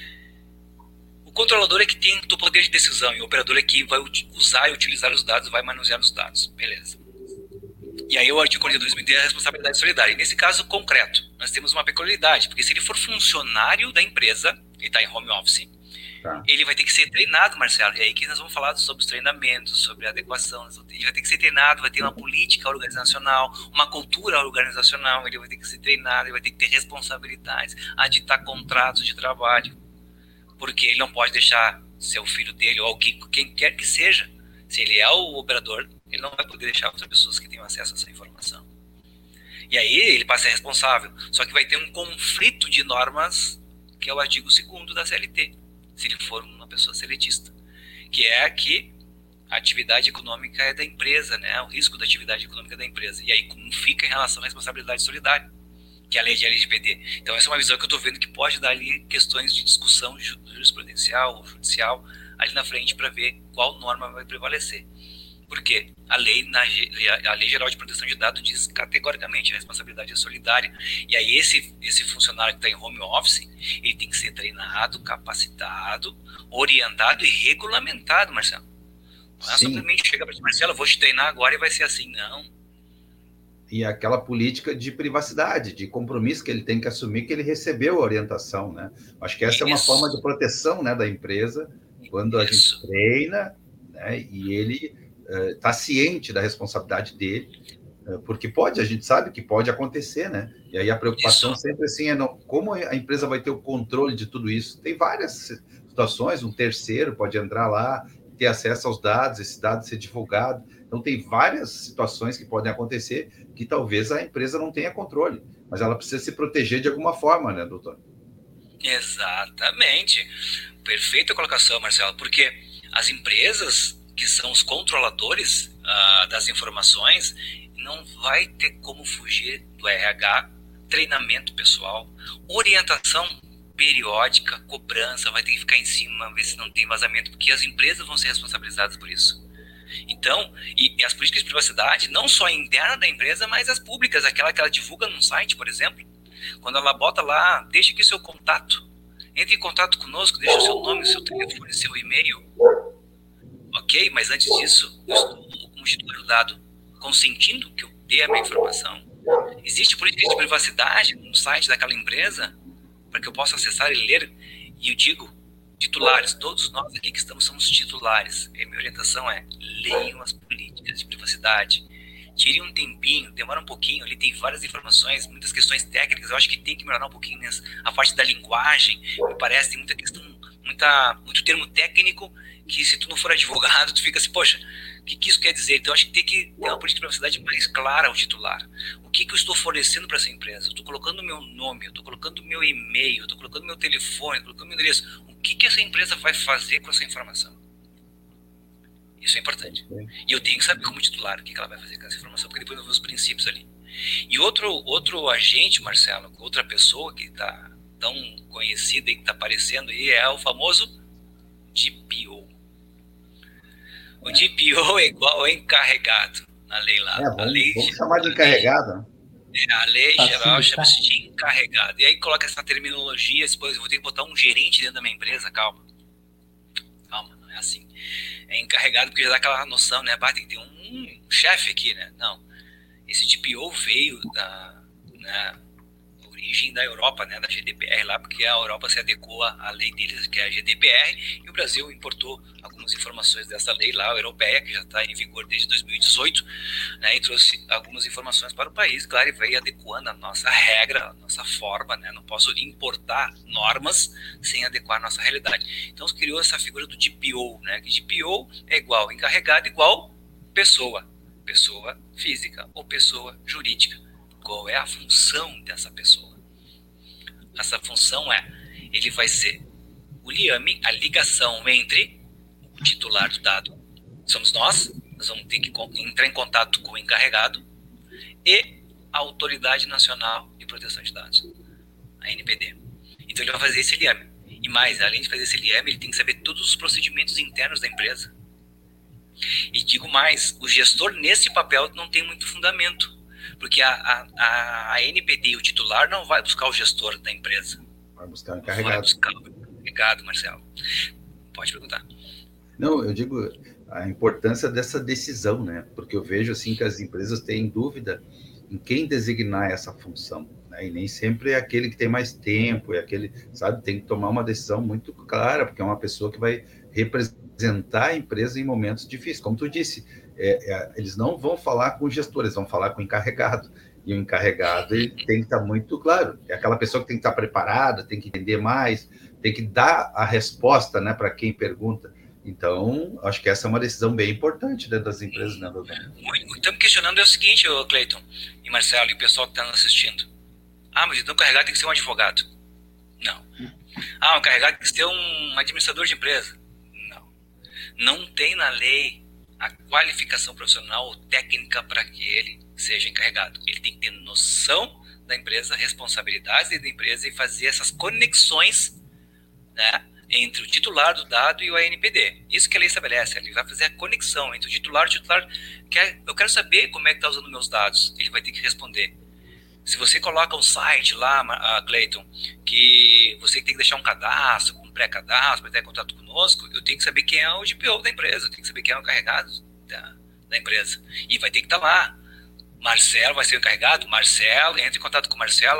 O controlador é que tem o poder de decisão e o operador é que vai usar e utilizar os dados, vai manusear os dados. Beleza. E aí o artigo 42 me tem a responsabilidade solidária. E nesse caso concreto, nós temos uma peculiaridade, porque se ele for funcionário da empresa, ele está em home office, ele vai ter que ser treinado, Marcelo. E aí que nós vamos falar sobre os treinamentos, sobre a adequação. Ele vai ter que ser treinado, vai ter uma política organizacional, uma cultura organizacional. Ele vai ter que ser treinado, ele vai ter que ter responsabilidades, a ditar contratos de trabalho. Porque ele não pode deixar seu filho dele ou quem quer que seja. Se ele é o operador, ele não vai poder deixar outras pessoas que tenham acesso a essa informação. E aí ele passa a ser responsável. Só que vai ter um conflito de normas, que é o artigo 2º da CLT, se ele for uma pessoa seletista, que é que a atividade econômica é da empresa, né? O risco da atividade econômica é da empresa. E aí como fica em relação à responsabilidade solidária, que é a lei de LGPD. Então essa é uma visão que eu estou vendo que pode dar ali questões de discussão jurisprudencial ou judicial ali na frente para ver qual norma vai prevalecer. Porque a Lei Geral de Proteção de Dados diz categoricamente a responsabilidade é solidária. E aí esse funcionário que está em home office, ele tem que ser treinado, capacitado, orientado e regulamentado, Marcelo. Não é simplesmente chegar para ti, Marcelo, eu vou te treinar agora e vai ser assim, não. E aquela política de privacidade, de compromisso que ele tem que assumir, que ele recebeu a orientação, né? Acho que essa é uma forma de proteção, né, da empresa, quando a gente treina, né, e ele está ciente da responsabilidade dele, porque a gente sabe que pode acontecer, né? E aí a preocupação sempre assim é como a empresa vai ter o controle de tudo isso. Tem várias situações, um terceiro pode entrar lá, ter acesso aos dados, esse dado ser divulgado. Então tem várias situações que podem acontecer que talvez a empresa não tenha controle, mas ela precisa se proteger de alguma forma, né, doutor? Exatamente. Perfeita colocação, Marcelo, porque as empresas que são os controladores das informações não vai ter como fugir do RH, treinamento pessoal, orientação periódica, cobrança, vai ter que ficar em cima, ver se não tem vazamento, porque as empresas vão ser responsabilizadas por isso. Então, e as políticas de privacidade, não só interna da empresa, mas as públicas, aquela que ela divulga num site, por exemplo, quando ela bota lá, deixa aqui o seu contato, entre em contato conosco, deixa o seu nome, o seu telefone, o seu e-mail. Ok, mas antes disso, eu estou como titular do dado consentindo que eu dê a minha informação. Existe política de privacidade no site daquela empresa para que eu possa acessar e ler? E eu digo, titulares, todos nós aqui que estamos somos titulares. E a minha orientação é, leiam as políticas de privacidade. Tirem um tempinho, demora um pouquinho, ali tem várias informações, muitas questões técnicas, eu acho que tem que melhorar um pouquinho a parte da linguagem, me parece, tem muita questão, muito termo técnico, que se tu não for advogado, tu fica assim, poxa, o que isso quer dizer? Então, acho que tem que ter uma política de privacidade mais clara ao titular. O que eu estou fornecendo para essa empresa? Eu estou colocando o meu nome, eu estou colocando o meu e-mail, eu estou colocando o meu telefone, eu estou colocando o meu endereço. O que essa empresa vai fazer com essa informação? Isso é importante. E eu tenho que saber como titular o que ela vai fazer com essa informação, porque depois eu vou ver os princípios ali. E outro agente, Marcelo, outra pessoa que está tão conhecida e que está aparecendo aí é o famoso DPO. O DPO é igual ao encarregado na lei lá. Vamos chamar de encarregado. A lei geral chama-se de encarregado. E aí coloca essa terminologia, depois eu vou ter que botar um gerente dentro da minha empresa, calma, não é assim. É encarregado porque já dá aquela noção, né? Tem que ter um chefe aqui, né? Não. Esse DPO veio da origem da Europa, né? Da GDPR lá, porque a Europa se adequou à lei deles, que é a GDPR, e o Brasil importou algumas informações dessa lei lá, europeia, que já está em vigor desde 2018, né? E trouxe algumas informações para o país, claro, e veio adequando a nossa regra, a nossa forma, né? Não posso importar normas sem adequar a nossa realidade. Então, se criou essa figura do DPO, né? Que DPO é igual encarregado, igual pessoa física ou pessoa jurídica. Qual é a função dessa pessoa? Essa função ele vai ser o liame, a ligação entre o titular do dado, somos nós vamos ter que entrar em contato com o encarregado, e a Autoridade Nacional de Proteção de Dados, a ANPD. Então ele vai fazer esse liame. E mais, além de fazer esse liame, ele tem que saber todos os procedimentos internos da empresa. E digo mais, o gestor nesse papel não tem muito fundamento, porque a ANPD e o titular não vai buscar o gestor da empresa. Vai buscar o encarregado. Vai buscar o encarregado, Marcelo. Pode perguntar. Não, eu digo a importância dessa decisão, né? Porque eu vejo assim que as empresas têm dúvida em quem designar essa função, né? E nem sempre é aquele que tem mais tempo, é aquele, sabe, tem que tomar uma decisão muito clara, porque é uma pessoa que vai representar a empresa em momentos difíceis. Como tu disse, eles não vão falar com o gestor, eles vão falar com o encarregado. E o encarregado ele tem que estar muito claro. É aquela pessoa que tem que estar preparada, tem que entender mais, tem que dar a resposta, né, para quem pergunta. Então, acho que essa é uma decisão bem importante dentro das empresas, né, doutor? Estamos questionando é o seguinte, Cleiton e Marcelo e o pessoal que está nos assistindo. Mas então o encarregado tem que ser um advogado. Não. O encarregado tem que ser um administrador de empresa. Não. Não tem na lei a qualificação profissional ou técnica para que ele seja encarregado. Ele tem que ter noção da empresa, responsabilidades da empresa e fazer essas conexões, né, entre o titular do dado e o ANPD. Isso que a lei estabelece. Ele vai fazer a conexão entre o titular e o titular. Eu quero saber como é que está usando meus dados. Ele vai ter que responder. Se você coloca um site lá, Cleiton, que você tem que deixar um cadastro, um pré-cadastro, para ter contato conosco, eu tenho que saber quem é o DPO da empresa, eu tenho que saber quem é o encarregado da empresa. E vai ter que estar lá. Marcelo vai ser o encarregado. Marcelo, entre em contato com Marcelo,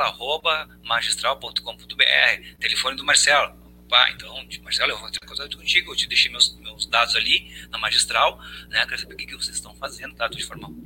@magistral.com.br. Telefone do Marcelo. Então, Marcelo, eu vou ter contato contigo, eu te deixei meus dados ali na Magistral, né? Quero saber o que vocês estão fazendo, tá? Tudo de forma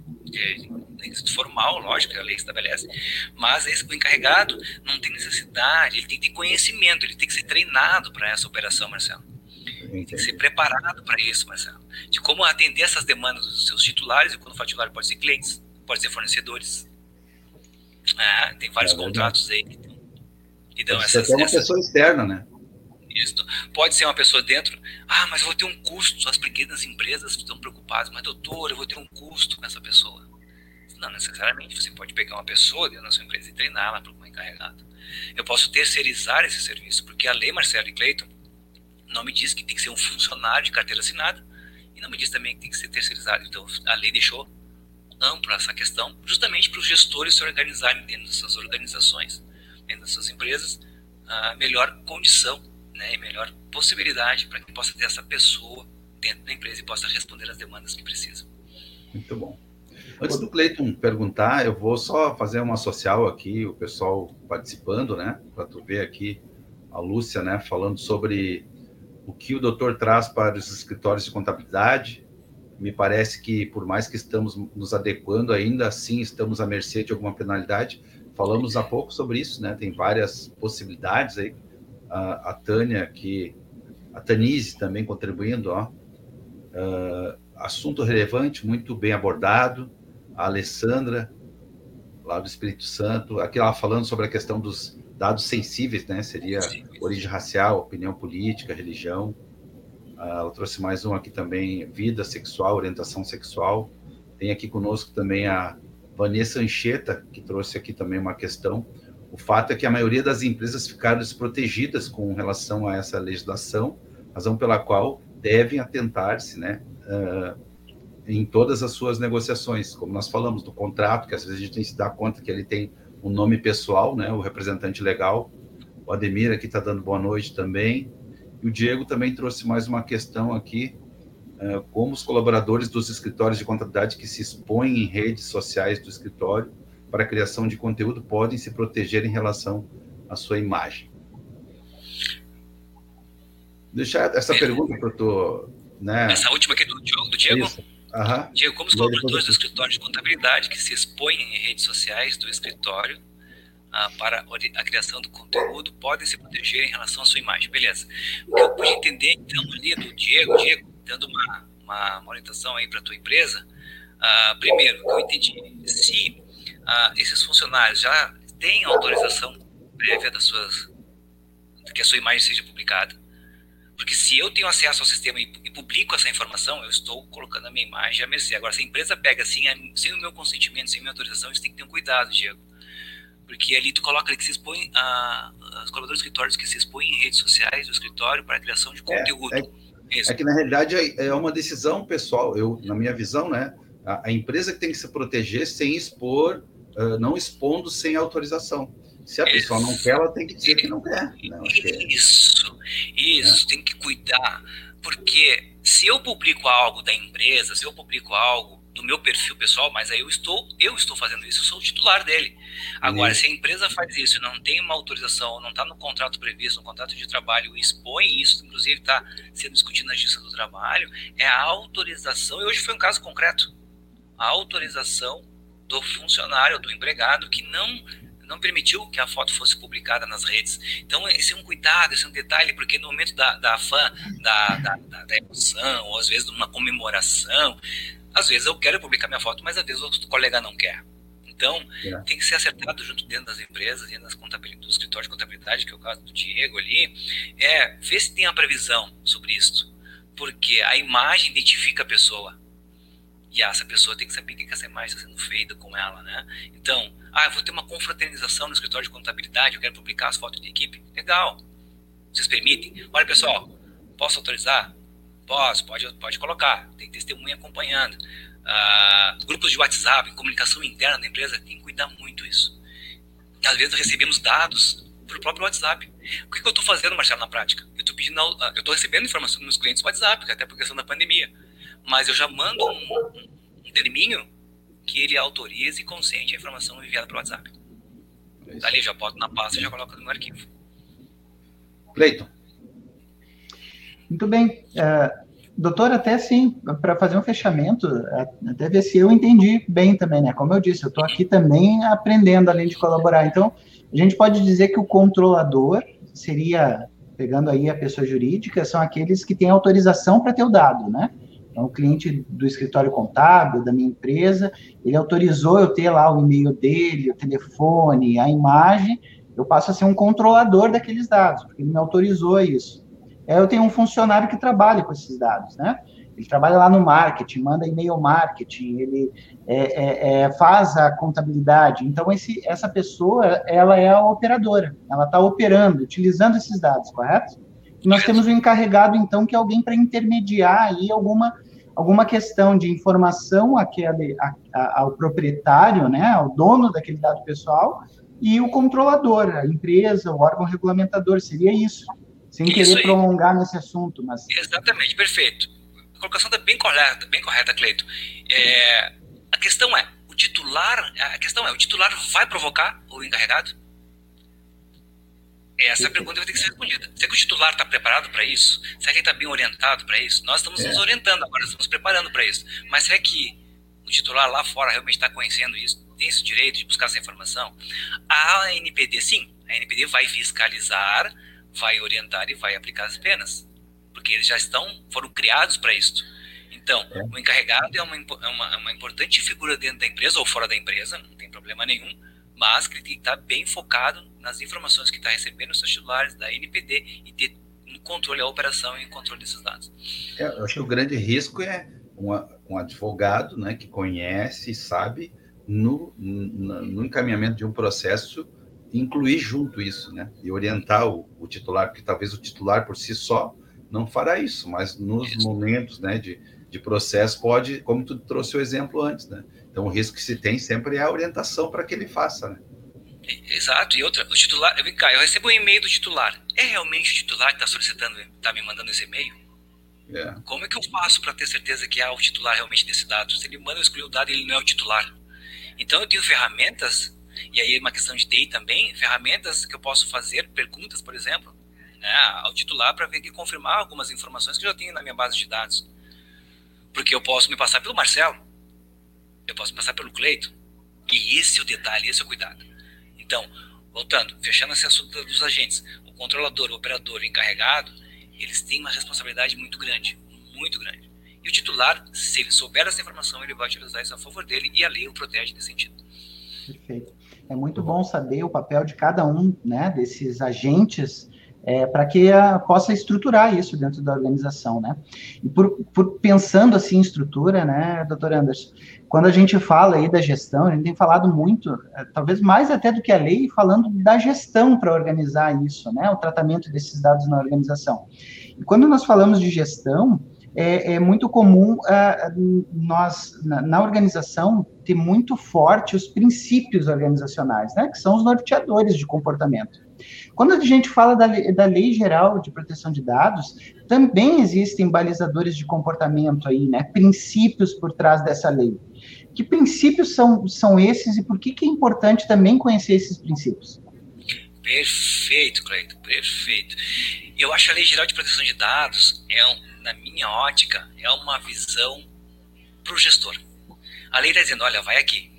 formal, lógico, a lei estabelece, mas o encarregado não tem necessidade, ele tem que ter conhecimento, ele tem que ser treinado para essa operação, Marcelo. Ele tem que ser preparado para isso, Marcelo. De como atender essas demandas dos seus titulares, e quando for titular pode ser clientes, pode ser fornecedores. Tem vários contratos aí. e dão Pode ser até uma pessoa externa, né? Isso. Pode ser uma pessoa dentro, mas eu vou ter um custo, as pequenas empresas estão preocupadas, mas doutor, eu vou ter um custo com essa pessoa. Não necessariamente, você pode pegar uma pessoa dentro da sua empresa e treiná-la para um encarregado. Eu posso terceirizar esse serviço, porque a lei Marcelo e Cleiton não me diz que tem que ser um funcionário de carteira assinada e não me diz também que tem que ser terceirizado. Então, a lei deixou ampla essa questão, justamente para os gestores se organizarem dentro dessas organizações, dentro dessas empresas, a melhor condição, né, e melhor possibilidade para que possa ter essa pessoa dentro da empresa e possa responder às demandas que precisam. Muito bom. Antes do Cleiton perguntar, eu vou só fazer uma social aqui, o pessoal participando, né? Para tu ver aqui a Lúcia, né? Falando sobre o que o doutor traz para os escritórios de contabilidade. Me parece que, por mais que estamos nos adequando, ainda assim estamos à mercê de alguma penalidade. Falamos há pouco sobre isso, né? Tem várias possibilidades aí. A Tânia aqui, a Tanise também contribuindo, ó. Assunto relevante, muito bem abordado. A Alessandra, lá do Espírito Santo, aqui ela falando sobre a questão dos dados sensíveis, né? Seria origem racial, opinião política, religião. Ela trouxe mais um aqui também, vida sexual, orientação sexual. Tem aqui conosco também a Vanessa Ancheta, que trouxe aqui também uma questão. O fato é que a maioria das empresas ficaram desprotegidas com relação a essa legislação, razão pela qual devem atentar-se, né? Em todas as suas negociações, como nós falamos, do contrato, que às vezes a gente tem que se dar conta que ele tem um nome pessoal, né, o representante legal. O Ademir aqui está dando boa noite também. E o Diego também trouxe mais uma questão aqui, como os colaboradores dos escritórios de contabilidade que se expõem em redes sociais do escritório para a criação de conteúdo podem se proteger em relação à sua imagem. Deixar essa pergunta para tu, né? Essa última aqui do Diego. Isso. Uhum. Diego, como os colaboradores do escritório de contabilidade que se expõem em redes sociais do escritório para a criação do conteúdo podem se proteger em relação à sua imagem. Beleza. O que eu pude entender, então, ali do Diego, dando uma orientação aí para a tua empresa, primeiro, eu entendi, se esses funcionários já têm autorização prévia de que a sua imagem seja publicada. Porque se eu tenho acesso ao sistema e publico essa informação, eu estou colocando a minha imagem à mercê. Agora, se a empresa pega assim, sem o meu consentimento, sem a minha autorização, isso tem que ter um cuidado, Diego. Porque ali tu coloca ali que se expõe os colaboradores do escritório que se expõem em redes sociais do escritório para a criação de conteúdo. É que, na realidade, é uma decisão pessoal. Na minha visão, né, a empresa que tem que se proteger sem expor, não expondo sem autorização. Se a pessoa não quer, ela tem que dizer que não quer. Não, Isso, tem que cuidar. Porque se eu publico algo da empresa, se eu publico algo do meu perfil pessoal, mas aí eu estou fazendo isso, eu sou o titular dele. Agora, se a empresa faz isso e não tem uma autorização, não está no contrato previsto, no contrato de trabalho, e expõe isso, inclusive está sendo discutido na Justiça do Trabalho, é a autorização, e hoje foi um caso concreto, a autorização do funcionário, do empregado, que não permitiu que a foto fosse publicada nas redes. Então, esse é um cuidado, esse é um detalhe, porque no momento da emoção, ou às vezes de uma comemoração, às vezes eu quero publicar minha foto, mas às vezes o colega não quer. Então, tem que ser acertado junto dentro das empresas, dentro do escritório de contabilidade, que é o caso do Diego ali, ver se tem a previsão sobre isso. Porque a imagem identifica a pessoa. E essa pessoa tem que saber que essa imagem está sendo feita com ela, né? Então, eu vou ter uma confraternização no escritório de contabilidade, eu quero publicar as fotos de equipe. Legal. Vocês permitem? Olha, pessoal, posso autorizar? Posso, pode colocar. Tem testemunha acompanhando. Grupos de WhatsApp, comunicação interna da empresa, tem que cuidar muito isso. Às vezes recebemos dados pelo próprio WhatsApp. O que eu estou fazendo, Marcelo, na prática? Eu estou recebendo informação dos meus clientes no WhatsApp, até por questão da pandemia. Mas eu já mando um terminho que ele autorize e consente a informação enviada pelo WhatsApp. Dali já boto na pasta e já coloco no meu arquivo. Cleiton. Muito bem. Doutor, até sim, para fazer um fechamento, até ver se eu entendi bem também, né? Como eu disse, eu estou aqui também aprendendo, além de colaborar. Então, a gente pode dizer que o controlador seria, pegando aí a pessoa jurídica, são aqueles que têm autorização para ter o dado, né? Então, o cliente do escritório contábil, da minha empresa, ele autorizou eu ter lá o e-mail dele, o telefone, a imagem, eu passo a ser um controlador daqueles dados, porque ele me autorizou a isso. Eu tenho um funcionário que trabalha com esses dados, né? Ele trabalha lá no marketing, manda e-mail marketing, ele faz a contabilidade. Então, essa pessoa, ela é a operadora, ela está operando, utilizando esses dados, correto? E nós temos um encarregado, então, que é alguém para intermediar aí alguma questão de informação ao proprietário, né, ao dono daquele dado pessoal, e o controlador, a empresa, o órgão regulamentador, seria isso. Sem querer prolongar nesse assunto, mas... Exatamente, perfeito. A colocação está bem correta, Cleito. A questão é, o titular vai provocar o encarregado? Essa pergunta vai ter que ser respondida. Será que o titular está preparado para isso? Será que ele está bem orientado para isso? Nós estamos nos orientando agora, estamos preparando para isso. Mas será que o titular lá fora realmente está conhecendo isso? Tem esse direito de buscar essa informação? A NPD, sim. A NPD vai fiscalizar, vai orientar e vai aplicar as penas. Porque eles já foram criados para isso. Então, o encarregado é uma importante figura dentro da empresa ou fora da empresa, não tem problema nenhum, mas que ele tem que estar bem focado nas informações que está recebendo os seus titulares da NPD e ter um controle da operação e controle desses dados. Eu acho que o grande risco é um advogado, né, que conhece e sabe no encaminhamento de um processo incluir junto isso, né, e orientar o titular, porque talvez o titular por si só não fará isso, mas nos momentos, né, de processo pode, como tu trouxe o exemplo antes, né? Então o risco que se tem sempre é a orientação para que ele faça, né? Exato, e outra, o titular, eu recebo um e-mail do titular, é realmente o titular que está solicitando, está me mandando esse e-mail? Como é que eu faço para ter certeza que é o titular realmente desse dado? Se ele manda eu escolher o dado e ele não é o titular. Então eu tenho ferramentas, e aí é uma questão de TI também, ferramentas que eu posso fazer perguntas, por exemplo, né, ao titular para ver e confirmar algumas informações que eu já tenho na minha base de dados. Porque eu posso me passar pelo Marcelo, eu posso me passar pelo Cleito, e esse é o detalhe, esse é o cuidado. Então, voltando, fechando esse assunto dos agentes, o controlador, o operador, o encarregado, eles têm uma responsabilidade muito grande, muito grande. E o titular, se ele souber essa informação, ele vai utilizar isso a favor dele e a lei o protege nesse sentido. Perfeito. É muito bom saber o papel de cada um, né, desses agentes, para que possa estruturar isso dentro da organização, né? E pensando assim em estrutura, né, doutor Anderson, quando a gente fala aí da gestão, a gente tem falado muito, talvez mais até do que a lei, falando da gestão para organizar isso, né, o tratamento desses dados na organização. E quando nós falamos de gestão, é muito comum nós, na organização, ter muito forte os princípios organizacionais, né, que são os norteadores de comportamento. Quando a gente fala da Lei Geral de Proteção de Dados, também existem balizadores de comportamento aí, né, princípios por trás dessa lei. Que princípios são esses e por que é importante também conhecer esses princípios? Perfeito, Cleito, perfeito. Eu acho que a Lei Geral de Proteção de Dados, na minha ótica, é uma visão para o gestor. A lei está dizendo, olha, vai aqui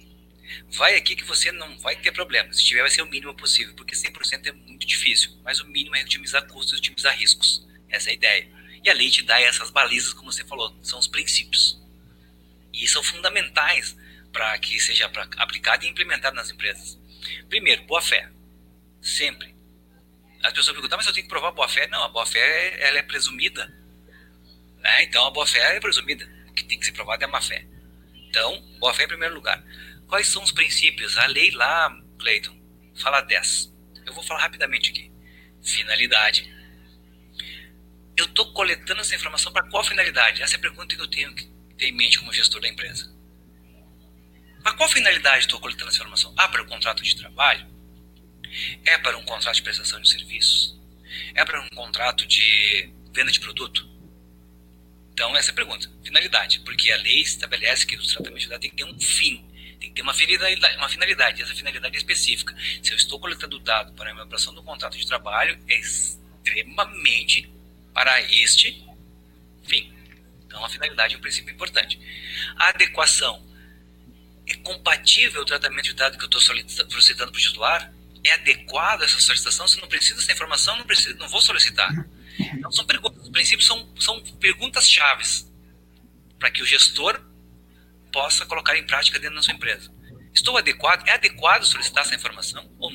que você não vai ter problema. Se tiver, vai ser o mínimo possível, porque 100% é muito difícil, mas o mínimo é otimizar custos e otimizar riscos. Essa é a ideia. E a lei te dá essas balizas, como você falou, são os princípios. E são fundamentais para que seja aplicado e implementado nas empresas. Primeiro, boa-fé. Sempre. As pessoas perguntam, mas eu tenho que provar boa-fé? Não, a boa-fé ela é presumida. Né? Então, a boa-fé é presumida. O que tem que ser provado é a má-fé. Então, boa-fé em primeiro lugar. Quais são os princípios? A lei lá, Cleiton, fala 10. Eu vou falar rapidamente aqui. Finalidade. Eu estou coletando essa informação para qual finalidade? Essa é a pergunta que eu tenho que ter em mente como gestor da empresa. Para qual finalidade estou coletando essa informação? Para o contrato de trabalho? É para um contrato de prestação de serviços? É para um contrato de venda de produto? Então, essa é a pergunta. Finalidade. Porque a lei estabelece que o tratamento de dados tem que ter um fim. Tem que ter uma finalidade. Essa finalidade é específica. Se eu estou coletando dado para a elaboração do contrato de trabalho, é extremamente para este fim. Então, a finalidade é um princípio importante. A adequação. É compatível o tratamento de dados que eu estou solicitando para o titular? É adequado essa solicitação? Se não precisa dessa informação, não vou solicitar. Então, são perguntas. Os princípios são perguntas-chave para que o gestor possa colocar em prática dentro da sua empresa. Estou adequado? É adequado solicitar essa informação ou não?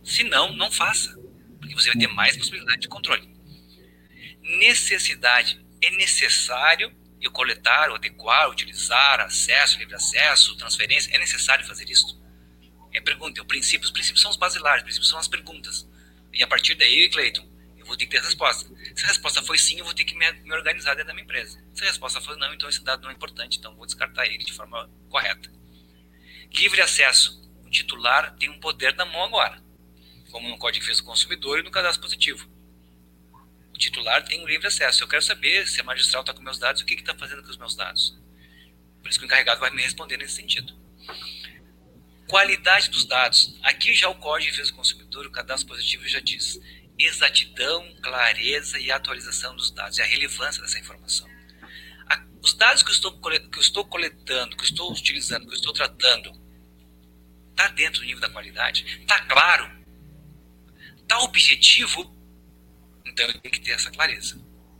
Se não, não faça, porque você vai ter mais possibilidade de controle. Necessidade. É necessário eu coletar, adequar, utilizar, acesso, livre acesso, transferência. É necessário fazer isso? É pergunta, é o princípio. Os princípios são os basilares, os princípios são as perguntas. E a partir daí, Cleiton, eu vou ter que ter a resposta. Se a resposta foi sim, eu vou ter que me organizar dentro da minha empresa. Se a resposta foi não, então esse dado não é importante, então eu vou descartar ele de forma correta. Livre acesso. O titular tem um poder na mão agora, como no Código de Defesa do Consumidor e no cadastro positivo. O titular tem um livre acesso. Eu quero saber se a magistral está com meus dados, o que está fazendo com os meus dados. Por isso que o encarregado vai me responder nesse sentido. Qualidade dos dados. Aqui já o Código de Defesa do Consumidor, o cadastro positivo já diz exatidão, clareza e atualização dos dados e a relevância dessa informação. Os dados que eu estou coletando, que eu estou utilizando, que eu estou tratando, está dentro do nível da qualidade? Está claro? Está objetivo? Então eu tenho que ter essa clareza.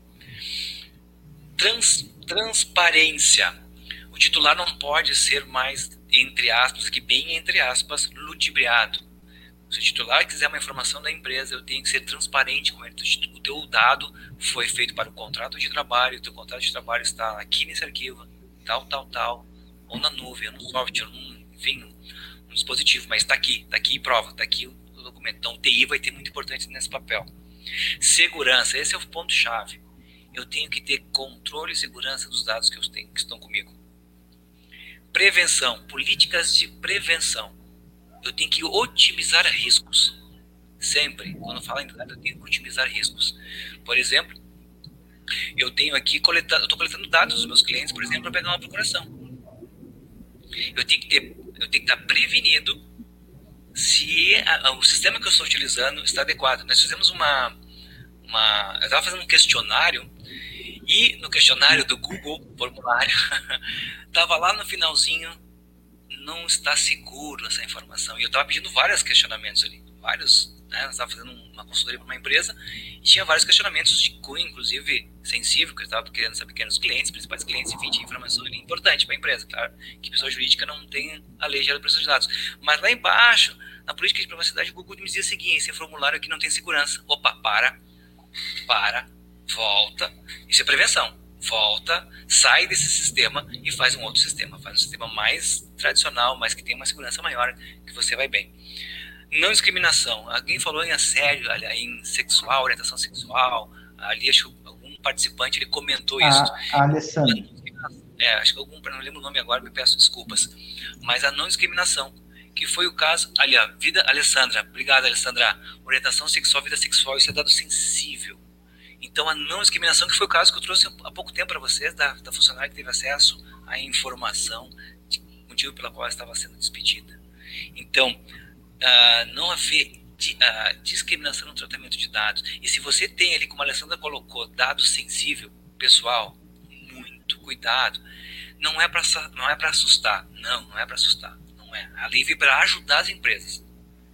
Transparência. O titular não pode ser mais, entre aspas, que bem entre aspas, ludibriado. Se o titular quiser uma informação da empresa, eu tenho que ser transparente com ele. O teu dado foi feito para o contrato de trabalho, o teu contrato de trabalho está aqui nesse arquivo, tal, ou na nuvem, ou no software, enfim, no dispositivo, mas está aqui prova, está aqui o documento. Então o TI vai ter muito importante nesse papel. Segurança, esse é o ponto-chave. Eu tenho que ter controle e segurança dos dados que eu tenho, que estão comigo. Prevenção, políticas de prevenção. Eu tenho que otimizar riscos. Sempre, quando eu falo em dados, eu tenho que otimizar riscos. Por exemplo, eu tenho aqui estou coletando dados dos meus clientes, por exemplo, para pegar uma procuração. Eu tenho que estar prevenido se o sistema que eu estou utilizando está adequado. Nós fizemos eu estava fazendo um questionário, e no questionário do Google, formulário, estava lá no finalzinho, não está seguro essa informação. E eu estava pedindo vários questionamentos ali, né? Eu estava fazendo uma consultoria para uma empresa e tinha vários questionamentos de cunho, inclusive sensível, que eu estava querendo saber quem eram os clientes, principais clientes, enfim, tinha informação ali importante para a empresa. Claro que pessoa jurídica não tem a lei geral de proteção de dados. Mas lá embaixo, na política de privacidade, o Google me dizia o seguinte: esse formulário aqui não tem segurança. Opa, volta, isso é prevenção. Volta, sai desse sistema e faz um outro sistema. Faz um sistema mais tradicional, mas que tem uma segurança maior, que você vai bem. Não discriminação. Alguém falou em assédio, em sexual, orientação sexual. Ali, acho que algum participante ele comentou isso. A Alessandra. Acho que não lembro o nome agora, me peço desculpas. Mas a não discriminação, que foi o caso... Ali, Alessandra, obrigado, Alessandra. Orientação sexual, vida sexual, isso é dado sensível. Então, a não discriminação, que foi o caso que eu trouxe há pouco tempo para vocês, da funcionária que teve acesso à informação, motivo pela qual ela estava sendo despedida. Então, não haver discriminação no tratamento de dados. E se você tem ali, como a Alessandra colocou, dado sensível, pessoal, muito cuidado. Não é para assustar. Não é para assustar. Não é. A lei veio para ajudar as empresas.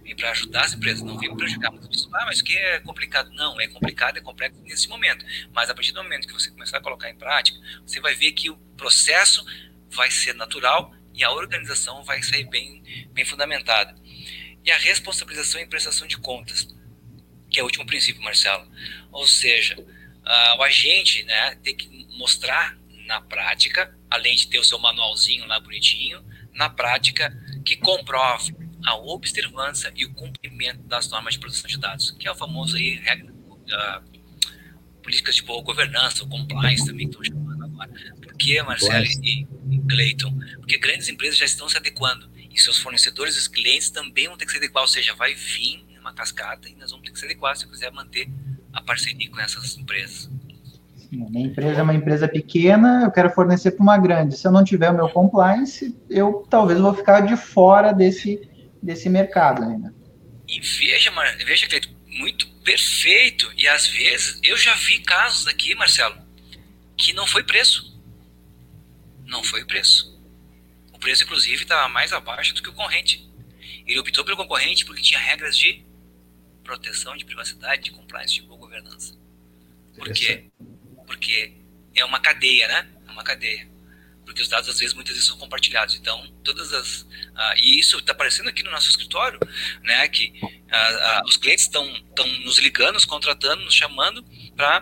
Não veio para prejudicar. Mas o que é complicado? Não, é complicado, é complexo nesse momento. Mas a partir do momento que você começar a colocar em prática, você vai ver que o processo vai ser natural e a organização vai sair bem fundamentada. E a responsabilização e prestação de contas, que é o último princípio, Marcelo. Ou seja, o agente, né, tem que mostrar na prática, além de ter o seu manualzinho lá bonitinho, na prática, que comprove a observância e o cumprimento das normas de proteção de dados, que é o famoso aí, regra, políticas de boa governança, ou compliance também, que estão chamando agora. Por que, Marcelo e Cleiton? Porque grandes empresas já estão se adequando, e seus fornecedores e os clientes também vão ter que se adequar, ou seja, vai vir uma cascata e nós vamos ter que se adequar se eu quiser manter a parceria com essas empresas. Minha empresa é uma empresa pequena, eu quero fornecer para uma grande. Se eu não tiver o meu compliance, eu talvez vou ficar de fora desse mercado ainda. E veja, Cleiton, muito perfeito. E às vezes, eu já vi casos aqui, Marcelo, que não foi preço. Não foi o preço. O preço, inclusive, estava mais abaixo do que o concorrente. Ele optou pelo concorrente porque tinha regras de proteção de privacidade, de compliance, de boa governança. Por quê? Porque é uma cadeia, né? É uma cadeia. porque os dados, às vezes, muitas vezes são compartilhados. Então, e isso está aparecendo aqui no nosso escritório, né, que os clientes estão nos ligando, nos contratando, nos chamando para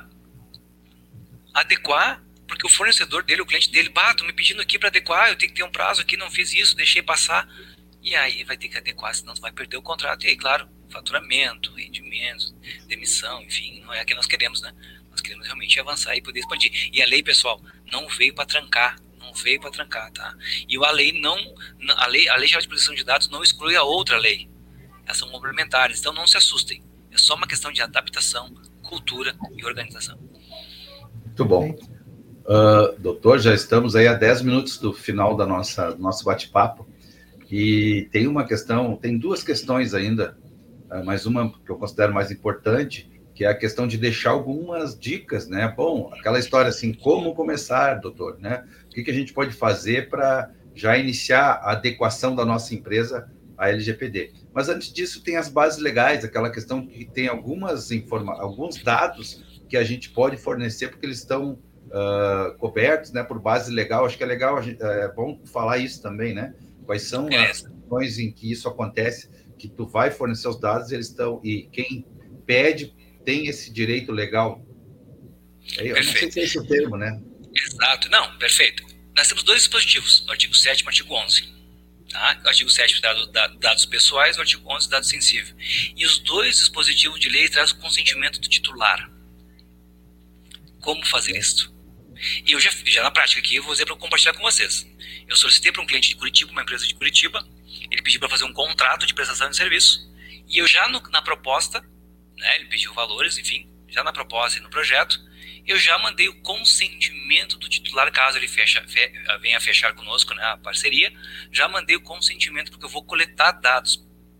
adequar, porque o fornecedor dele, o cliente dele, estão me pedindo aqui para adequar, eu tenho que ter um prazo aqui, não fiz isso, deixei passar, e aí vai ter que adequar, senão tu vai perder o contrato. E aí, claro, faturamento, rendimento, demissão, enfim, não é o que nós queremos, né? Nós queremos realmente avançar e poder expandir. E a lei, pessoal, não veio para trancar, tá? E a lei a lei geral de proteção de dados não exclui a outra lei. Elas são complementares, então não se assustem. É só uma questão de adaptação, cultura e organização. Muito bom. Doutor, já estamos aí a 10 minutos do final do nosso bate-papo. E tem duas questões ainda, mas uma que eu considero mais importante, que é a questão de deixar algumas dicas, né? Bom, aquela história assim, como começar, doutor, né? O que a gente pode fazer para já iniciar a adequação da nossa empresa à LGPD? Mas antes disso, tem as bases legais, aquela questão que tem alguns dados que a gente pode fornecer, porque eles estão cobertos, né, por base legal. Acho que é legal, é bom falar isso também, né? Quais são as situações em que isso acontece, que tu vai fornecer os dados, eles estão, e quem pede tem esse direito legal. Eu não sei se é esse o termo, né? Exato. Não, perfeito. Nós temos dois dispositivos, o artigo 7 e o artigo 11. Tá? O artigo 7 traz dados pessoais, o artigo 11 dados sensíveis. E os dois dispositivos de lei trazem o consentimento do titular. Como fazer isso? E eu já na prática aqui, eu vou dizer para compartilhar com vocês. Eu solicitei para um cliente de Curitiba, uma empresa de Curitiba, ele pediu para fazer um contrato de prestação de serviço, e eu já na proposta, né, ele pediu valores, enfim, já na proposta e no projeto, eu já mandei o consentimento do titular, caso ele venha fechar conosco, né, a parceria, já mandei o consentimento, porque eu vou coletar dados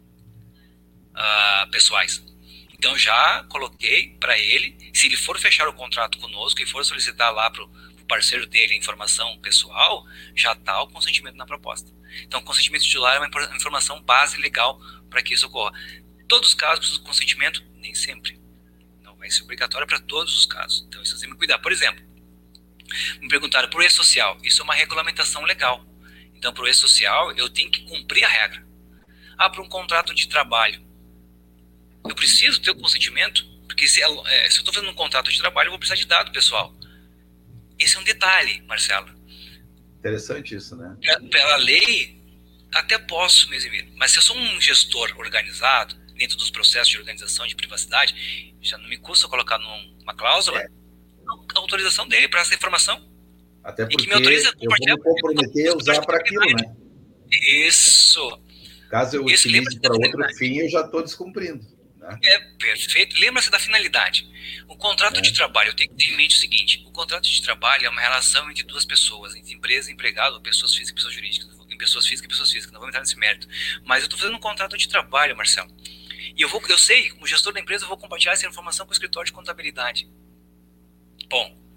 pessoais. Então, já coloquei para ele, se ele for fechar o contrato conosco e for solicitar lá para o parceiro dele a informação pessoal, já está o consentimento na proposta. Então, o consentimento titular é uma informação base legal para que isso ocorra. Todos os casos precisam de consentimento? Nem sempre. Não vai ser obrigatório para todos os casos. Então, isso você tem que cuidar. Por exemplo, me perguntaram por e-social. Isso é uma regulamentação legal. Então, para o e-social, eu tenho que cumprir a regra. Para um contrato de trabalho, eu preciso ter o consentimento, porque se eu estou fazendo um contrato de trabalho, eu vou precisar de dado pessoal. Esse é um detalhe, Marcelo. Interessante isso, né? Pela lei, até posso me eximir, mas se eu sou um gestor organizado, dentro dos processos de organização de privacidade, já não me custa colocar numa cláusula a autorização dele para essa informação. Até porque e que me autoriza a compartilhar, eu vou me comprometer a usar para aquilo, né? Isso. Caso eu utilize para outro fim, eu já estou descumprindo. Perfeito. Lembra-se da finalidade. O contrato de trabalho, eu tenho que ter em mente o seguinte: o contrato de trabalho é uma relação entre duas pessoas, entre empresa e empregado, pessoas físicas e pessoas jurídicas, pessoas físicas e pessoas físicas, não vou entrar nesse mérito. Mas eu estou fazendo um contrato de trabalho, Marcelo. E eu sei, como gestor da empresa, eu vou compartilhar essa informação com o escritório de contabilidade. Bom,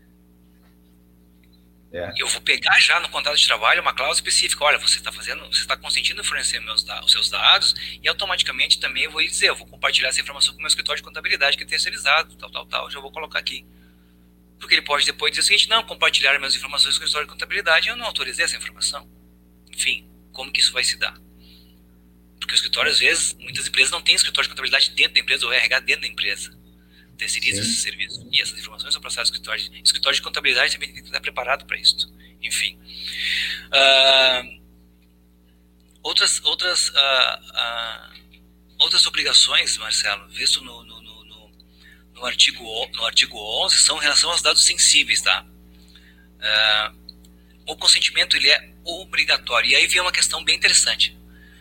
eu vou pegar já no contrato de trabalho uma cláusula específica. Olha, você está consentindo fornecer os seus dados, e automaticamente também eu vou dizer, eu vou compartilhar essa informação com o meu escritório de contabilidade que é terceirizado, tal, já vou colocar aqui. Porque ele pode depois dizer o seguinte: não, compartilhar minhas informações com o escritório de contabilidade, eu não autorizei essa informação. Enfim, como que isso vai se dar? Porque o escritório, às vezes, muitas empresas não têm escritório de contabilidade dentro da empresa, ou RH dentro da empresa. Terceiriza esse serviço. E essas informações são passadas ao escritório. O escritório de contabilidade também tem que estar preparado para isso. Enfim. Outras obrigações, Marcelo, visto no artigo 11, são em relação aos dados sensíveis, tá? O consentimento, ele é obrigatório. E aí vem uma questão bem interessante.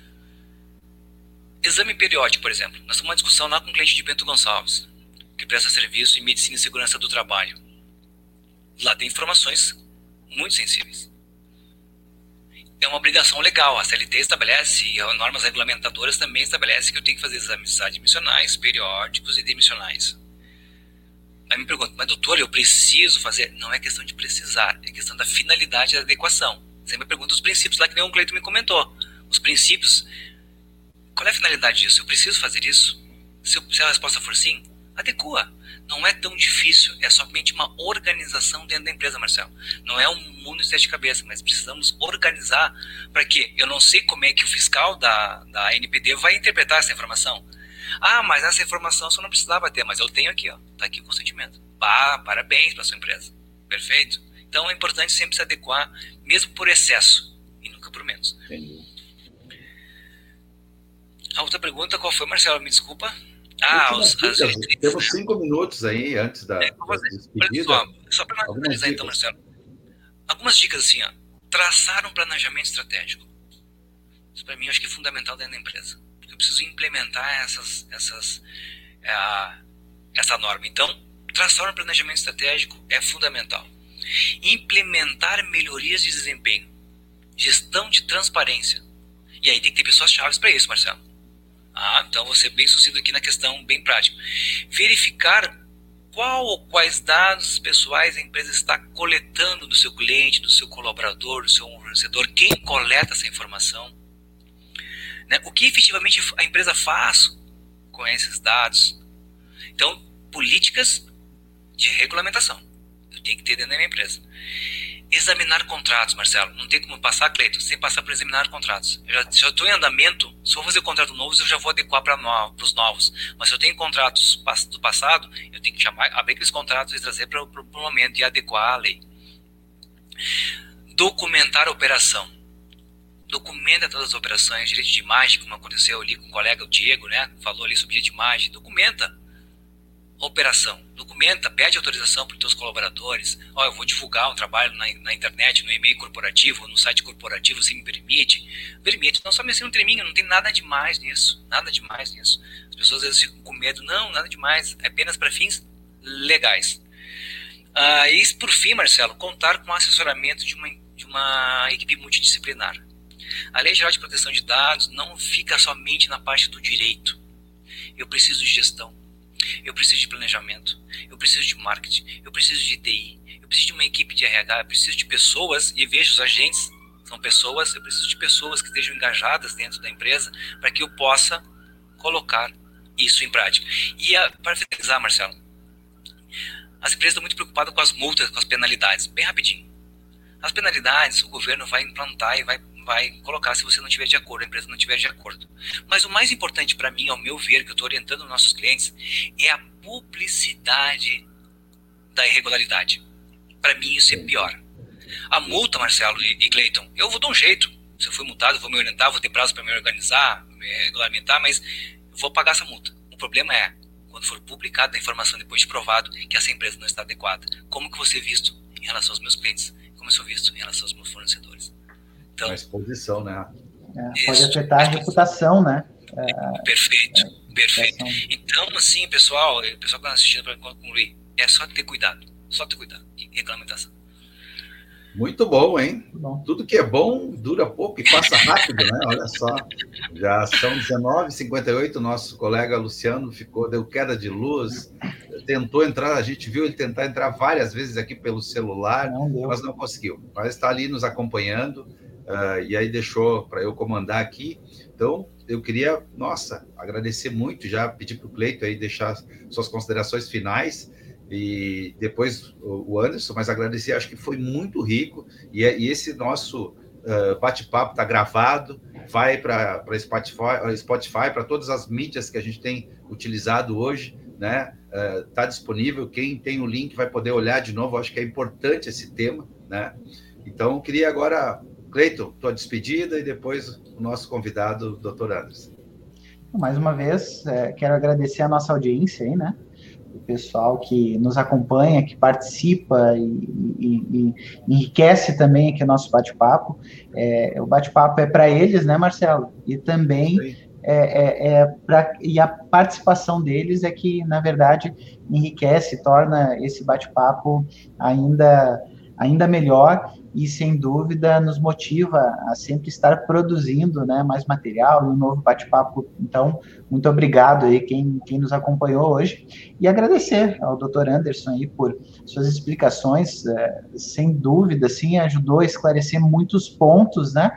Exame periódico, por exemplo. Nós temos uma discussão lá com o cliente de Bento Gonçalves, que presta serviço em medicina e segurança do trabalho. Lá tem informações muito sensíveis. É uma obrigação legal. A CLT estabelece, e as normas regulamentadoras também estabelecem que eu tenho que fazer exames admissionais, periódicos e demissionais. Aí me pergunto: mas doutor, eu preciso fazer? Não é questão de precisar, é questão da finalidade da adequação. Você me pergunta os princípios lá, que nem o Cleiton me comentou. Os princípios, qual é a finalidade disso? Eu preciso fazer isso? Se a resposta for sim, Adequa. Não é tão difícil, é somente uma organização dentro da empresa, Marcelo. Não é um mundo de sete cabeças, mas precisamos organizar para que eu não sei como é que o fiscal da NPD vai interpretar essa informação. Ah, mas essa informação você não precisava ter, mas eu tenho aqui, ó, tá aqui o consentimento. Parabéns para sua empresa. Perfeito? Então é importante sempre se adequar, mesmo por excesso, e nunca por menos. Entendi. A outra pergunta, qual foi, Marcelo? Me desculpa. Temos 5 minutos aí antes da despedida. Só para finalizar então, Marcelo. Algumas dicas assim, ó. Traçar um planejamento estratégico. Isso para mim eu acho que é fundamental dentro da empresa. Porque eu preciso implementar essa norma. Então, traçar um planejamento estratégico é fundamental. Implementar melhorias de desempenho. Gestão de transparência. E aí tem que ter pessoas-chave para isso, Marcelo. Então vou ser bem sucinto aqui na questão bem prática. Verificar qual ou quais dados pessoais a empresa está coletando do seu cliente, do seu colaborador, do seu fornecedor, quem coleta essa informação, né? O que efetivamente a empresa faz com esses dados. Então, políticas de regulamentação eu tenho que ter dentro da minha empresa. Examinar contratos, Marcelo. Não tem como passar, Cleiton, sem passar por examinar contratos. Eu já estou em andamento. Se eu vou fazer contrato novos, eu já vou adequar para os novos. Mas se eu tenho contratos do passado, eu tenho que abrir aqueles contratos e trazer para o momento e adequar a lei. Documentar a operação. Documenta todas as operações, direito de imagem, como aconteceu ali com o colega, o Diego, né? Falou ali sobre direito de imagem. Documenta a operação. Documenta, pede autorização para os teus colaboradores. Eu vou divulgar um trabalho na internet, no e-mail corporativo, no site corporativo, se me permite. Permite, não só me assina um treminho, não tem nada demais nisso. Nada demais nisso. As pessoas às vezes ficam com medo. Não, nada demais. É apenas para fins legais. E por fim, Marcelo, contar com o assessoramento de uma equipe multidisciplinar. A Lei Geral de Proteção de Dados não fica somente na parte do direito. Eu preciso de gestão. Eu preciso de planejamento, eu preciso de marketing, eu preciso de TI, eu preciso de uma equipe de RH, eu preciso de pessoas, e vejo os agentes, são pessoas, eu preciso de pessoas que estejam engajadas dentro da empresa para que eu possa colocar isso em prática. E para finalizar, Marcelo, as empresas estão muito preocupadas com as multas, com as penalidades. Bem rapidinho. As penalidades o governo vai implantar e vai colocar se você não estiver de acordo, a empresa não estiver de acordo. Mas o mais importante para mim, ao meu ver, que eu estou orientando os nossos clientes, é a publicidade da irregularidade. Para mim isso é pior. A multa, Marcelo e Cleiton, eu vou dar um jeito. Se eu fui multado, eu vou me orientar, vou ter prazo para me organizar, me regulamentar, mas eu vou pagar essa multa. O problema é, quando for publicada a informação depois de provado que essa empresa não está adequada, como que você é visto em relação aos meus clientes, como eu sou visto em relação aos meus fornecedores. Então, a exposição, né? Pode afetar a reputação, né? Perfeito. Então, assim, pessoal que está assistindo, para concluir, é só ter cuidado. E regulamentação. Muito bom, hein? Bom. Tudo que é bom dura pouco e passa rápido, né? Olha só, já são 19h58, nosso colega Luciano deu queda de luz, tentou entrar, a gente viu ele tentar entrar várias vezes aqui pelo celular, mas não conseguiu. Mas está ali nos acompanhando, e aí deixou para eu comandar aqui. Então, eu queria, agradecer muito, já pedir para o Cleiton aí deixar suas considerações finais, e depois o Anderson, mas agradecer, acho que foi muito rico, e esse nosso bate-papo está gravado, vai para Spotify, para todas as mídias que a gente tem utilizado hoje, né? Está disponível, quem tem o link vai poder olhar de novo, acho que é importante esse tema, né? Então, eu queria agora, Cleiton, tua despedida e depois o nosso convidado, o Dr. Anderson. Mais uma vez, quero agradecer a nossa audiência aí, né? O pessoal que nos acompanha, que participa e enriquece também aqui o nosso bate-papo. O bate-papo é para eles, né, Marcelo? E também e a participação deles é que, na verdade, enriquece, torna esse bate-papo ainda melhor e, sem dúvida, nos motiva a sempre estar produzindo, né, mais material e um novo bate-papo. Então, muito obrigado aí quem nos acompanhou hoje e agradecer ao Dr. Anderson aí por suas explicações, sem dúvida, sim, ajudou a esclarecer muitos pontos, né,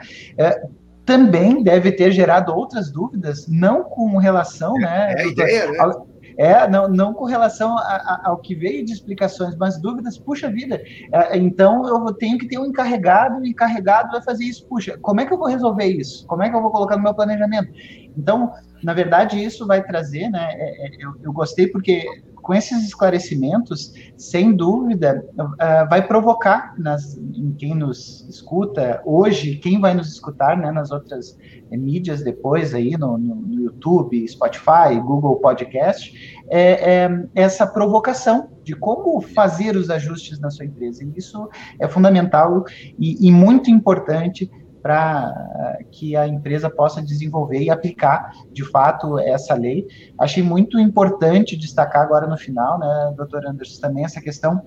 também deve ter gerado outras dúvidas, não com relação, né, a ideia, né? Não com relação ao que veio de explicações, mas dúvidas, puxa vida, então eu tenho que ter um encarregado, e o encarregado vai fazer isso, puxa, como é que eu vou resolver isso? Como é que eu vou colocar no meu planejamento? Então, na verdade, isso vai trazer, né, eu gostei porque com esses esclarecimentos, sem dúvida, vai provocar em quem nos escuta hoje, quem vai nos escutar, né, nas outras mídias depois, aí no YouTube, Spotify, Google Podcast, essa provocação de como fazer os ajustes na sua empresa. E isso é fundamental e muito importante para que a empresa possa desenvolver e aplicar, de fato, essa lei. Achei muito importante destacar agora no final, né, doutor Anderson, também essa questão,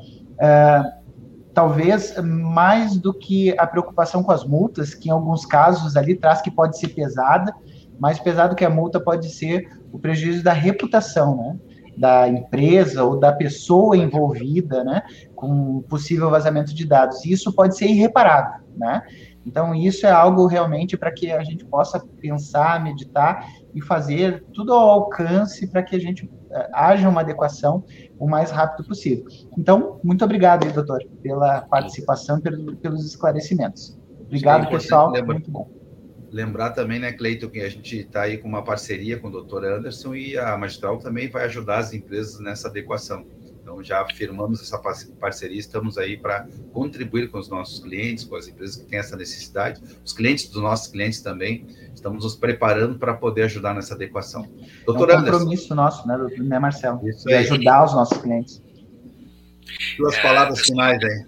talvez mais do que a preocupação com as multas, que em alguns casos ali traz que pode ser pesada, mais pesado que a multa pode ser o prejuízo da reputação, né, da empresa ou da pessoa envolvida, né, com possível vazamento de dados. E isso pode ser irreparável, né? Então, isso é algo realmente para que a gente possa pensar, meditar e fazer tudo ao alcance para que a gente haja uma adequação o mais rápido possível. Então, muito obrigado, doutor, pela participação e pelos esclarecimentos. Obrigado, pessoal. Muito bom. Lembrar também, né, Cleiton, que a gente está aí com uma parceria com o doutor Anderson e a Magistral também vai ajudar as empresas nessa adequação. Então, já firmamos essa parceria, estamos aí para contribuir com os nossos clientes, com as empresas que têm essa necessidade. Os clientes dos nossos clientes também, estamos nos preparando para poder ajudar nessa adequação. Doutor Anderson. É um compromisso nosso, né, Marcelo? Isso de ajudar os nossos clientes. Duas palavras finais aí.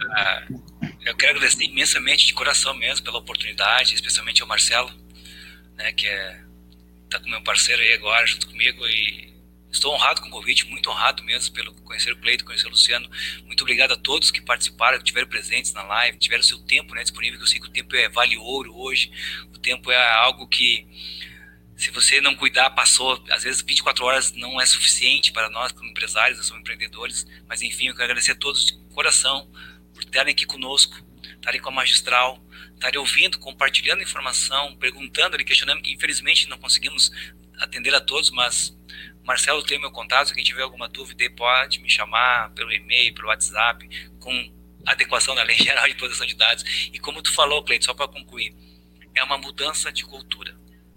Eu quero agradecer imensamente, de coração mesmo, pela oportunidade, especialmente ao Marcelo, né, que está com meu parceiro aí agora, junto comigo, e estou honrado com o convite, muito honrado mesmo pelo conhecer o Cleiton, conhecer o Luciano. Muito obrigado a todos que participaram, que estiveram presentes na live, tiveram seu tempo, né, disponível, que eu sei que o tempo vale ouro hoje. O tempo é algo que, se você não cuidar, passou. Às vezes 24 horas não é suficiente para nós como empresários, nós somos empreendedores, mas enfim, eu quero agradecer a todos de coração por estarem aqui conosco, estarem com a Magistral, estarem ouvindo, compartilhando informação, perguntando e questionando, que infelizmente não conseguimos atender a todos, mas Marcelo tem meu contato, se quem tiver alguma dúvida pode me chamar pelo e-mail, pelo WhatsApp, com adequação da Lei Geral de Proteção de Dados. E como tu falou, Cleiton, só para concluir, é uma mudança de cultura.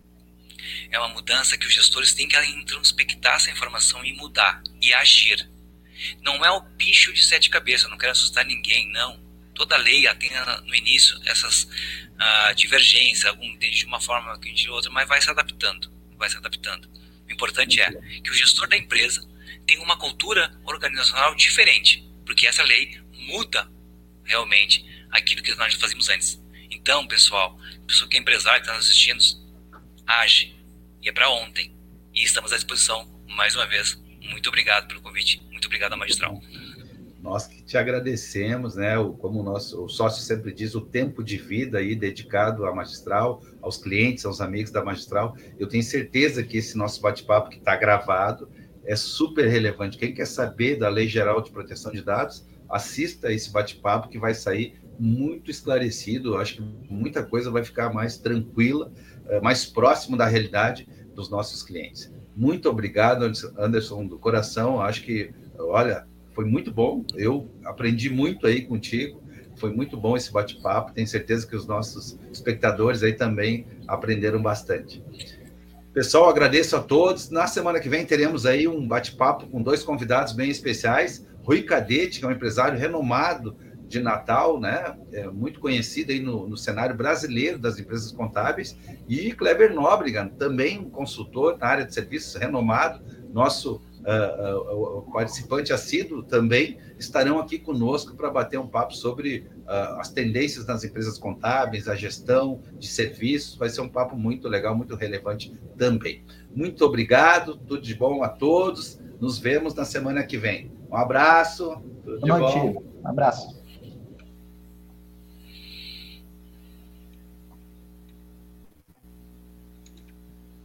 É uma mudança que os gestores têm que introspectar essa informação e mudar, e agir. Não é o bicho de 7 cabeças, eu não quero assustar ninguém, não. Toda lei tem no início essas divergências, algum entende de uma forma, algum de outra, mas vai se adaptando. O importante é que o gestor da empresa tenha uma cultura organizacional diferente, porque essa lei muda realmente aquilo que nós fazíamos antes. Então, pessoal que é empresário, que está nos assistindo, age. E é para ontem. E estamos à disposição, mais uma vez. Muito obrigado pelo convite. Muito obrigado, Magistral. Nós que te agradecemos, né? Como o sócio sempre diz, o tempo de vida aí dedicado à Magistral, aos clientes, aos amigos da Magistral. Eu tenho certeza que esse nosso bate-papo que está gravado é super relevante. Quem quer saber da Lei Geral de Proteção de Dados, assista esse bate-papo que vai sair muito esclarecido. Eu acho que muita coisa vai ficar mais tranquila, mais próximo da realidade dos nossos clientes. Muito obrigado, Anderson, do coração. Acho que, olha, foi muito bom. Eu aprendi muito aí contigo. Foi muito bom esse bate-papo. Tenho certeza que os nossos espectadores aí também aprenderam bastante. Pessoal, agradeço a todos. Na semana que vem teremos aí um bate-papo com 2 convidados bem especiais. Rui Cadete, que é um empresário renomado de Natal, né? Muito conhecido aí no cenário brasileiro das empresas contábeis, e Kleber Nóbrega, também um consultor na área de serviços renomado, nosso participante assíduo também, estarão aqui conosco para bater um papo sobre as tendências nas empresas contábeis, a gestão de serviços. Vai ser um papo muito legal, muito relevante também. Muito obrigado, tudo de bom a todos. Nos vemos na semana que vem. Um abraço. Tudo de bom. Um abraço.